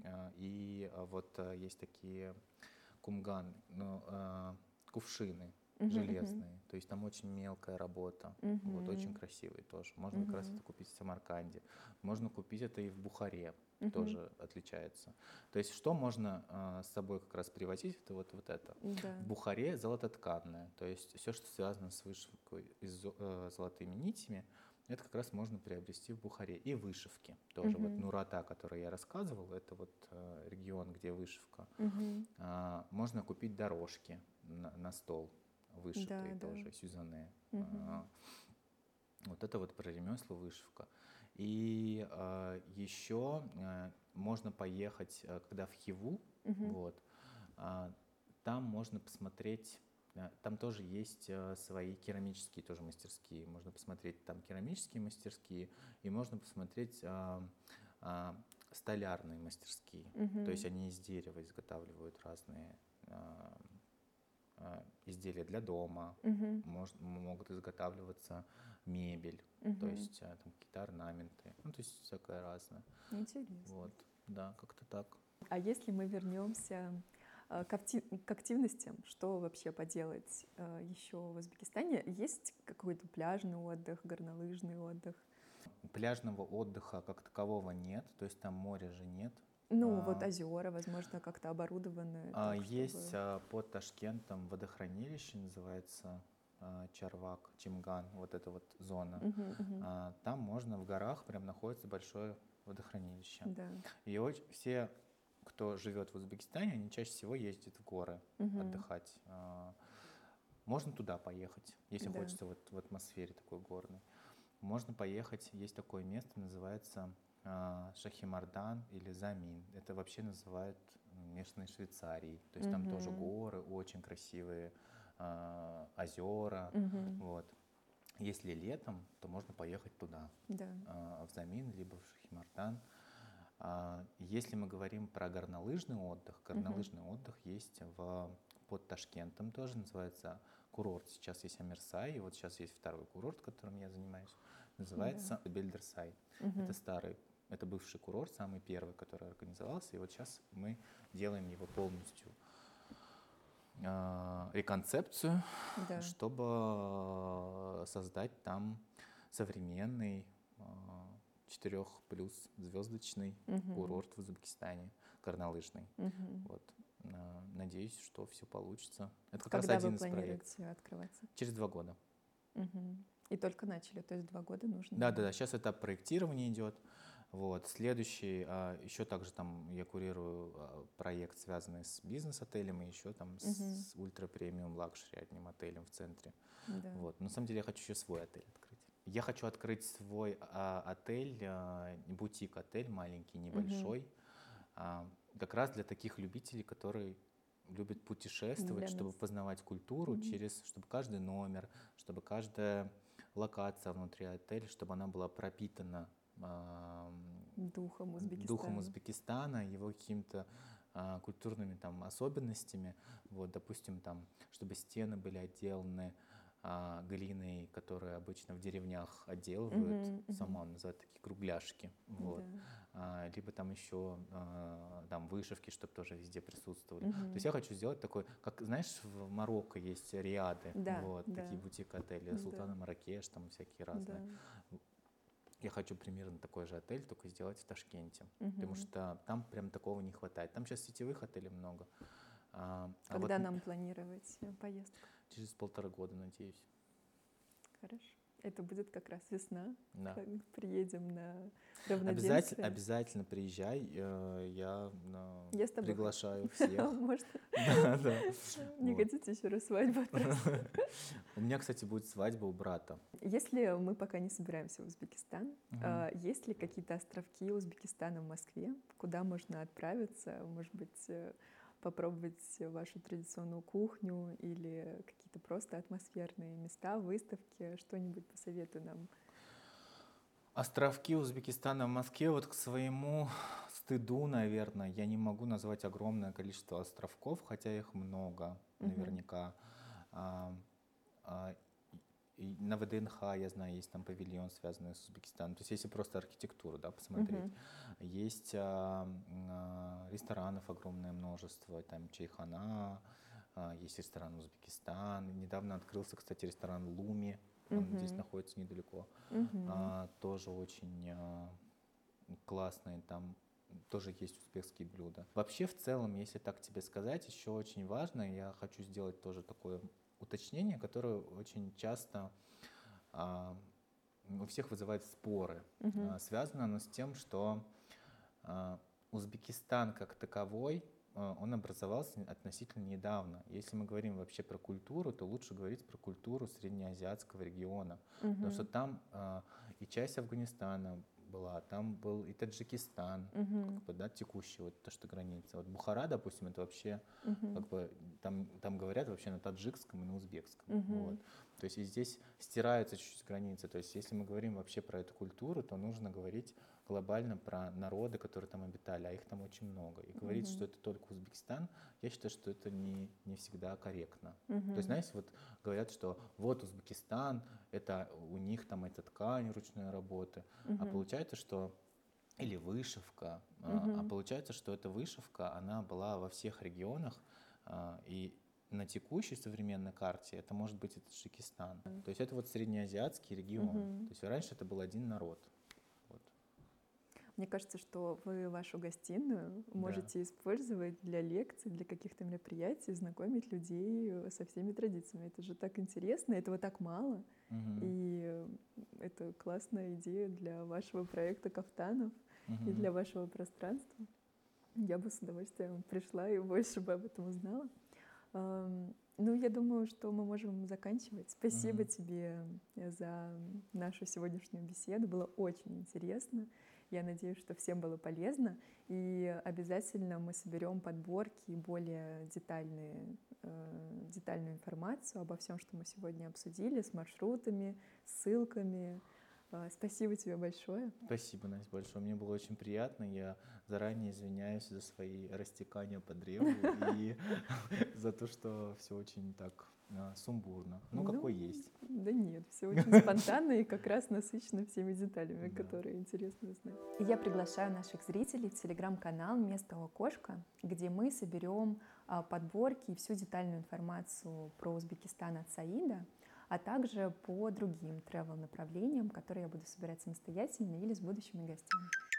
И вот есть такие кумган, кувшины. железные, то есть там очень мелкая работа, вот, очень красивые тоже. Можно как раз это купить в Самарканде, можно купить это и в Бухаре, тоже отличается. То есть что можно с собой как раз привозить, это вот это. Да. В Бухаре золототканное, то есть все, что связано с вышивкой и золотыми нитями, это как раз можно приобрести в Бухаре. И вышивки тоже. Вот Нурата, о которой я рассказывал, это вот регион, где вышивка. Можно купить дорожки на стол вышитые тоже, сюзанне. Вот это вот про ремесло, вышивка. И еще можно поехать, когда в Хиву, вот, там можно посмотреть. Там тоже есть свои керамические тоже мастерские. Можно посмотреть там керамические мастерские, и можно посмотреть столярные мастерские. То есть они из дерева изготавливают разные изделия для дома. Могут изготавливаться мебель, то есть там какие-то орнаменты. Ну, то есть всякое разное. Интересно. Вот, да, как-то так. А если мы вернемся к активностям, что вообще поделать еще в Узбекистане? Есть какой-то пляжный отдых, горнолыжный отдых? Пляжного отдыха как такового нет, то есть там моря же нет. Ну, вот озера, возможно, как-то оборудованы. Есть под Ташкентом водохранилище, называется Чарвак, Чимган, вот эта вот зона. Там можно в горах, прям находится большое водохранилище. Да. И все, кто живет в Узбекистане, они чаще всего ездят в горы отдыхать. Можно туда поехать, если хочется вот в атмосфере такой горной. Можно поехать, есть такое место, называется Шахимардан или Замин. Это вообще называют местной Швейцарией. То есть там тоже горы, очень красивые озера. Вот. Если летом, то можно поехать туда, в Замин, либо в Шахимардан. Если мы говорим про горнолыжный отдых, есть под Ташкентом тоже, называется курорт. Сейчас есть Амирсай, и вот сейчас есть второй курорт, которым я занимаюсь, называется Бельдерсай. Это бывший курорт, самый первый, который организовался, и вот сейчас мы делаем его полностью реконцепцию, чтобы создать там современный 4+ звездочный курорт в Узбекистане, горнолыжный. Вот. Надеюсь, что все получится. Это как раз один из проектов. Когда вы планируете открываться? Через 2 года. И только начали, то есть 2 года нужно? Да. Сейчас этап проектирования идет. Вот. Следующий, еще также там я курирую проект, связанный с бизнес-отелем, и еще там с ультра-премиум лакшери, одним отелем в центре. Вот. Но на самом деле я хочу еще свой отель открыть. Я хочу открыть свой отель, бутик-отель маленький, небольшой, как раз для таких любителей, которые любят путешествовать, чтобы познавать культуру, чтобы каждый номер, чтобы каждая локация внутри отеля, чтобы она была пропитана духом Узбекистана, его какими-то культурными там особенностями. Вот, допустим, там, чтобы стены были отделаны глиной, которые обычно в деревнях отделывают, сама называют такие кругляшки. Вот. Либо там еще там вышивки, чтобы тоже везде присутствовали. То есть я хочу сделать такой, как, знаешь, в Марокко есть риады, такие бутик-отели, Султана Марракеш, там всякие разные. Я хочу примерно такой же отель, только сделать в Ташкенте, потому что там прям такого не хватает. Там сейчас сетевых отелей много. Когда нам планировать поездку? Через 1,5 года, надеюсь. Хорошо. Это будет как раз весна. Да. Приедем на равноденствие. Обязательно приезжай. Я с тобой приглашаю всех. Может? Да. Не хотите еще раз свадьбу? У меня, кстати, будет свадьба у брата. Если мы пока не собираемся в Узбекистан, есть ли какие-то островки Узбекистана в Москве, куда можно отправиться, может быть, попробовать вашу традиционную кухню или какие-то просто атмосферные места, выставки, что-нибудь посоветуй нам? Островки Узбекистана в Москве, вот к своему стыду, наверное, я не могу назвать огромное количество островков, хотя их много, наверняка. И на ВДНХ, я знаю, есть там павильон, связанный с Узбекистаном. То есть если просто архитектуру, да, посмотреть. Есть ресторанов огромное множество, там чайхана, есть ресторан «Узбекистан». Недавно открылся, кстати, ресторан «Луми». Он здесь находится недалеко. Тоже очень классный. Там тоже есть узбекские блюда. Вообще, в целом, если так тебе сказать, еще очень важно, я хочу сделать тоже такое уточнение, которое очень часто у всех вызывает споры. Связано оно с тем, что Узбекистан как таковой, он образовался относительно недавно. Если мы говорим вообще про культуру, то лучше говорить про культуру среднеазиатского региона. Потому что там и часть Афганистана была, там был и Таджикистан, как бы, да, текущий, вот то, что граница. Вот Бухара, допустим, это вообще, как бы, там говорят вообще на таджикском и на узбекском. Вот. То есть и здесь стираются чуть-чуть границы. То есть если мы говорим вообще про эту культуру, то нужно говорить глобально про народы, которые там обитали, а их там очень много. И говорить, что это только Узбекистан, я считаю, что это не всегда корректно. То есть, знаете, вот говорят, что вот Узбекистан, это у них там эта ткань ручной работы, а получается, что или вышивка, а получается, что эта вышивка, она была во всех регионах, и на текущей современной карте это может быть и Таджикистан. То есть это вот среднеазиатский регион. То есть раньше это был один народ. Вот. Мне кажется, что вы вашу гостиную можете использовать для лекций, для каких-то мероприятий, знакомить людей со всеми традициями. Это же так интересно, этого так мало. И это классная идея для вашего проекта «Кафтанов» и для вашего пространства. Я бы с удовольствием пришла и больше бы об этом узнала. Ну, я думаю, что мы можем заканчивать. Спасибо тебе за нашу сегодняшнюю беседу. Было очень интересно. Я надеюсь, что всем было полезно. И обязательно мы соберем подборки и более детальную информацию обо всем, что мы сегодня обсудили, с маршрутами, ссылками. Спасибо тебе большое. Спасибо, Настя, большое. Мне было очень приятно. Я заранее извиняюсь за свои растекания по древу и за то, что все очень так сумбурно. Ну, какой есть. Да нет, все очень спонтанно и как раз насыщено всеми деталями, которые интересно знать. Я приглашаю наших зрителей в телеграм-канал «Место у окошка», где мы соберем подборки и всю детальную информацию про Узбекистан от Саида, а также по другим travel-направлениям, которые я буду собирать самостоятельно или с будущими гостями.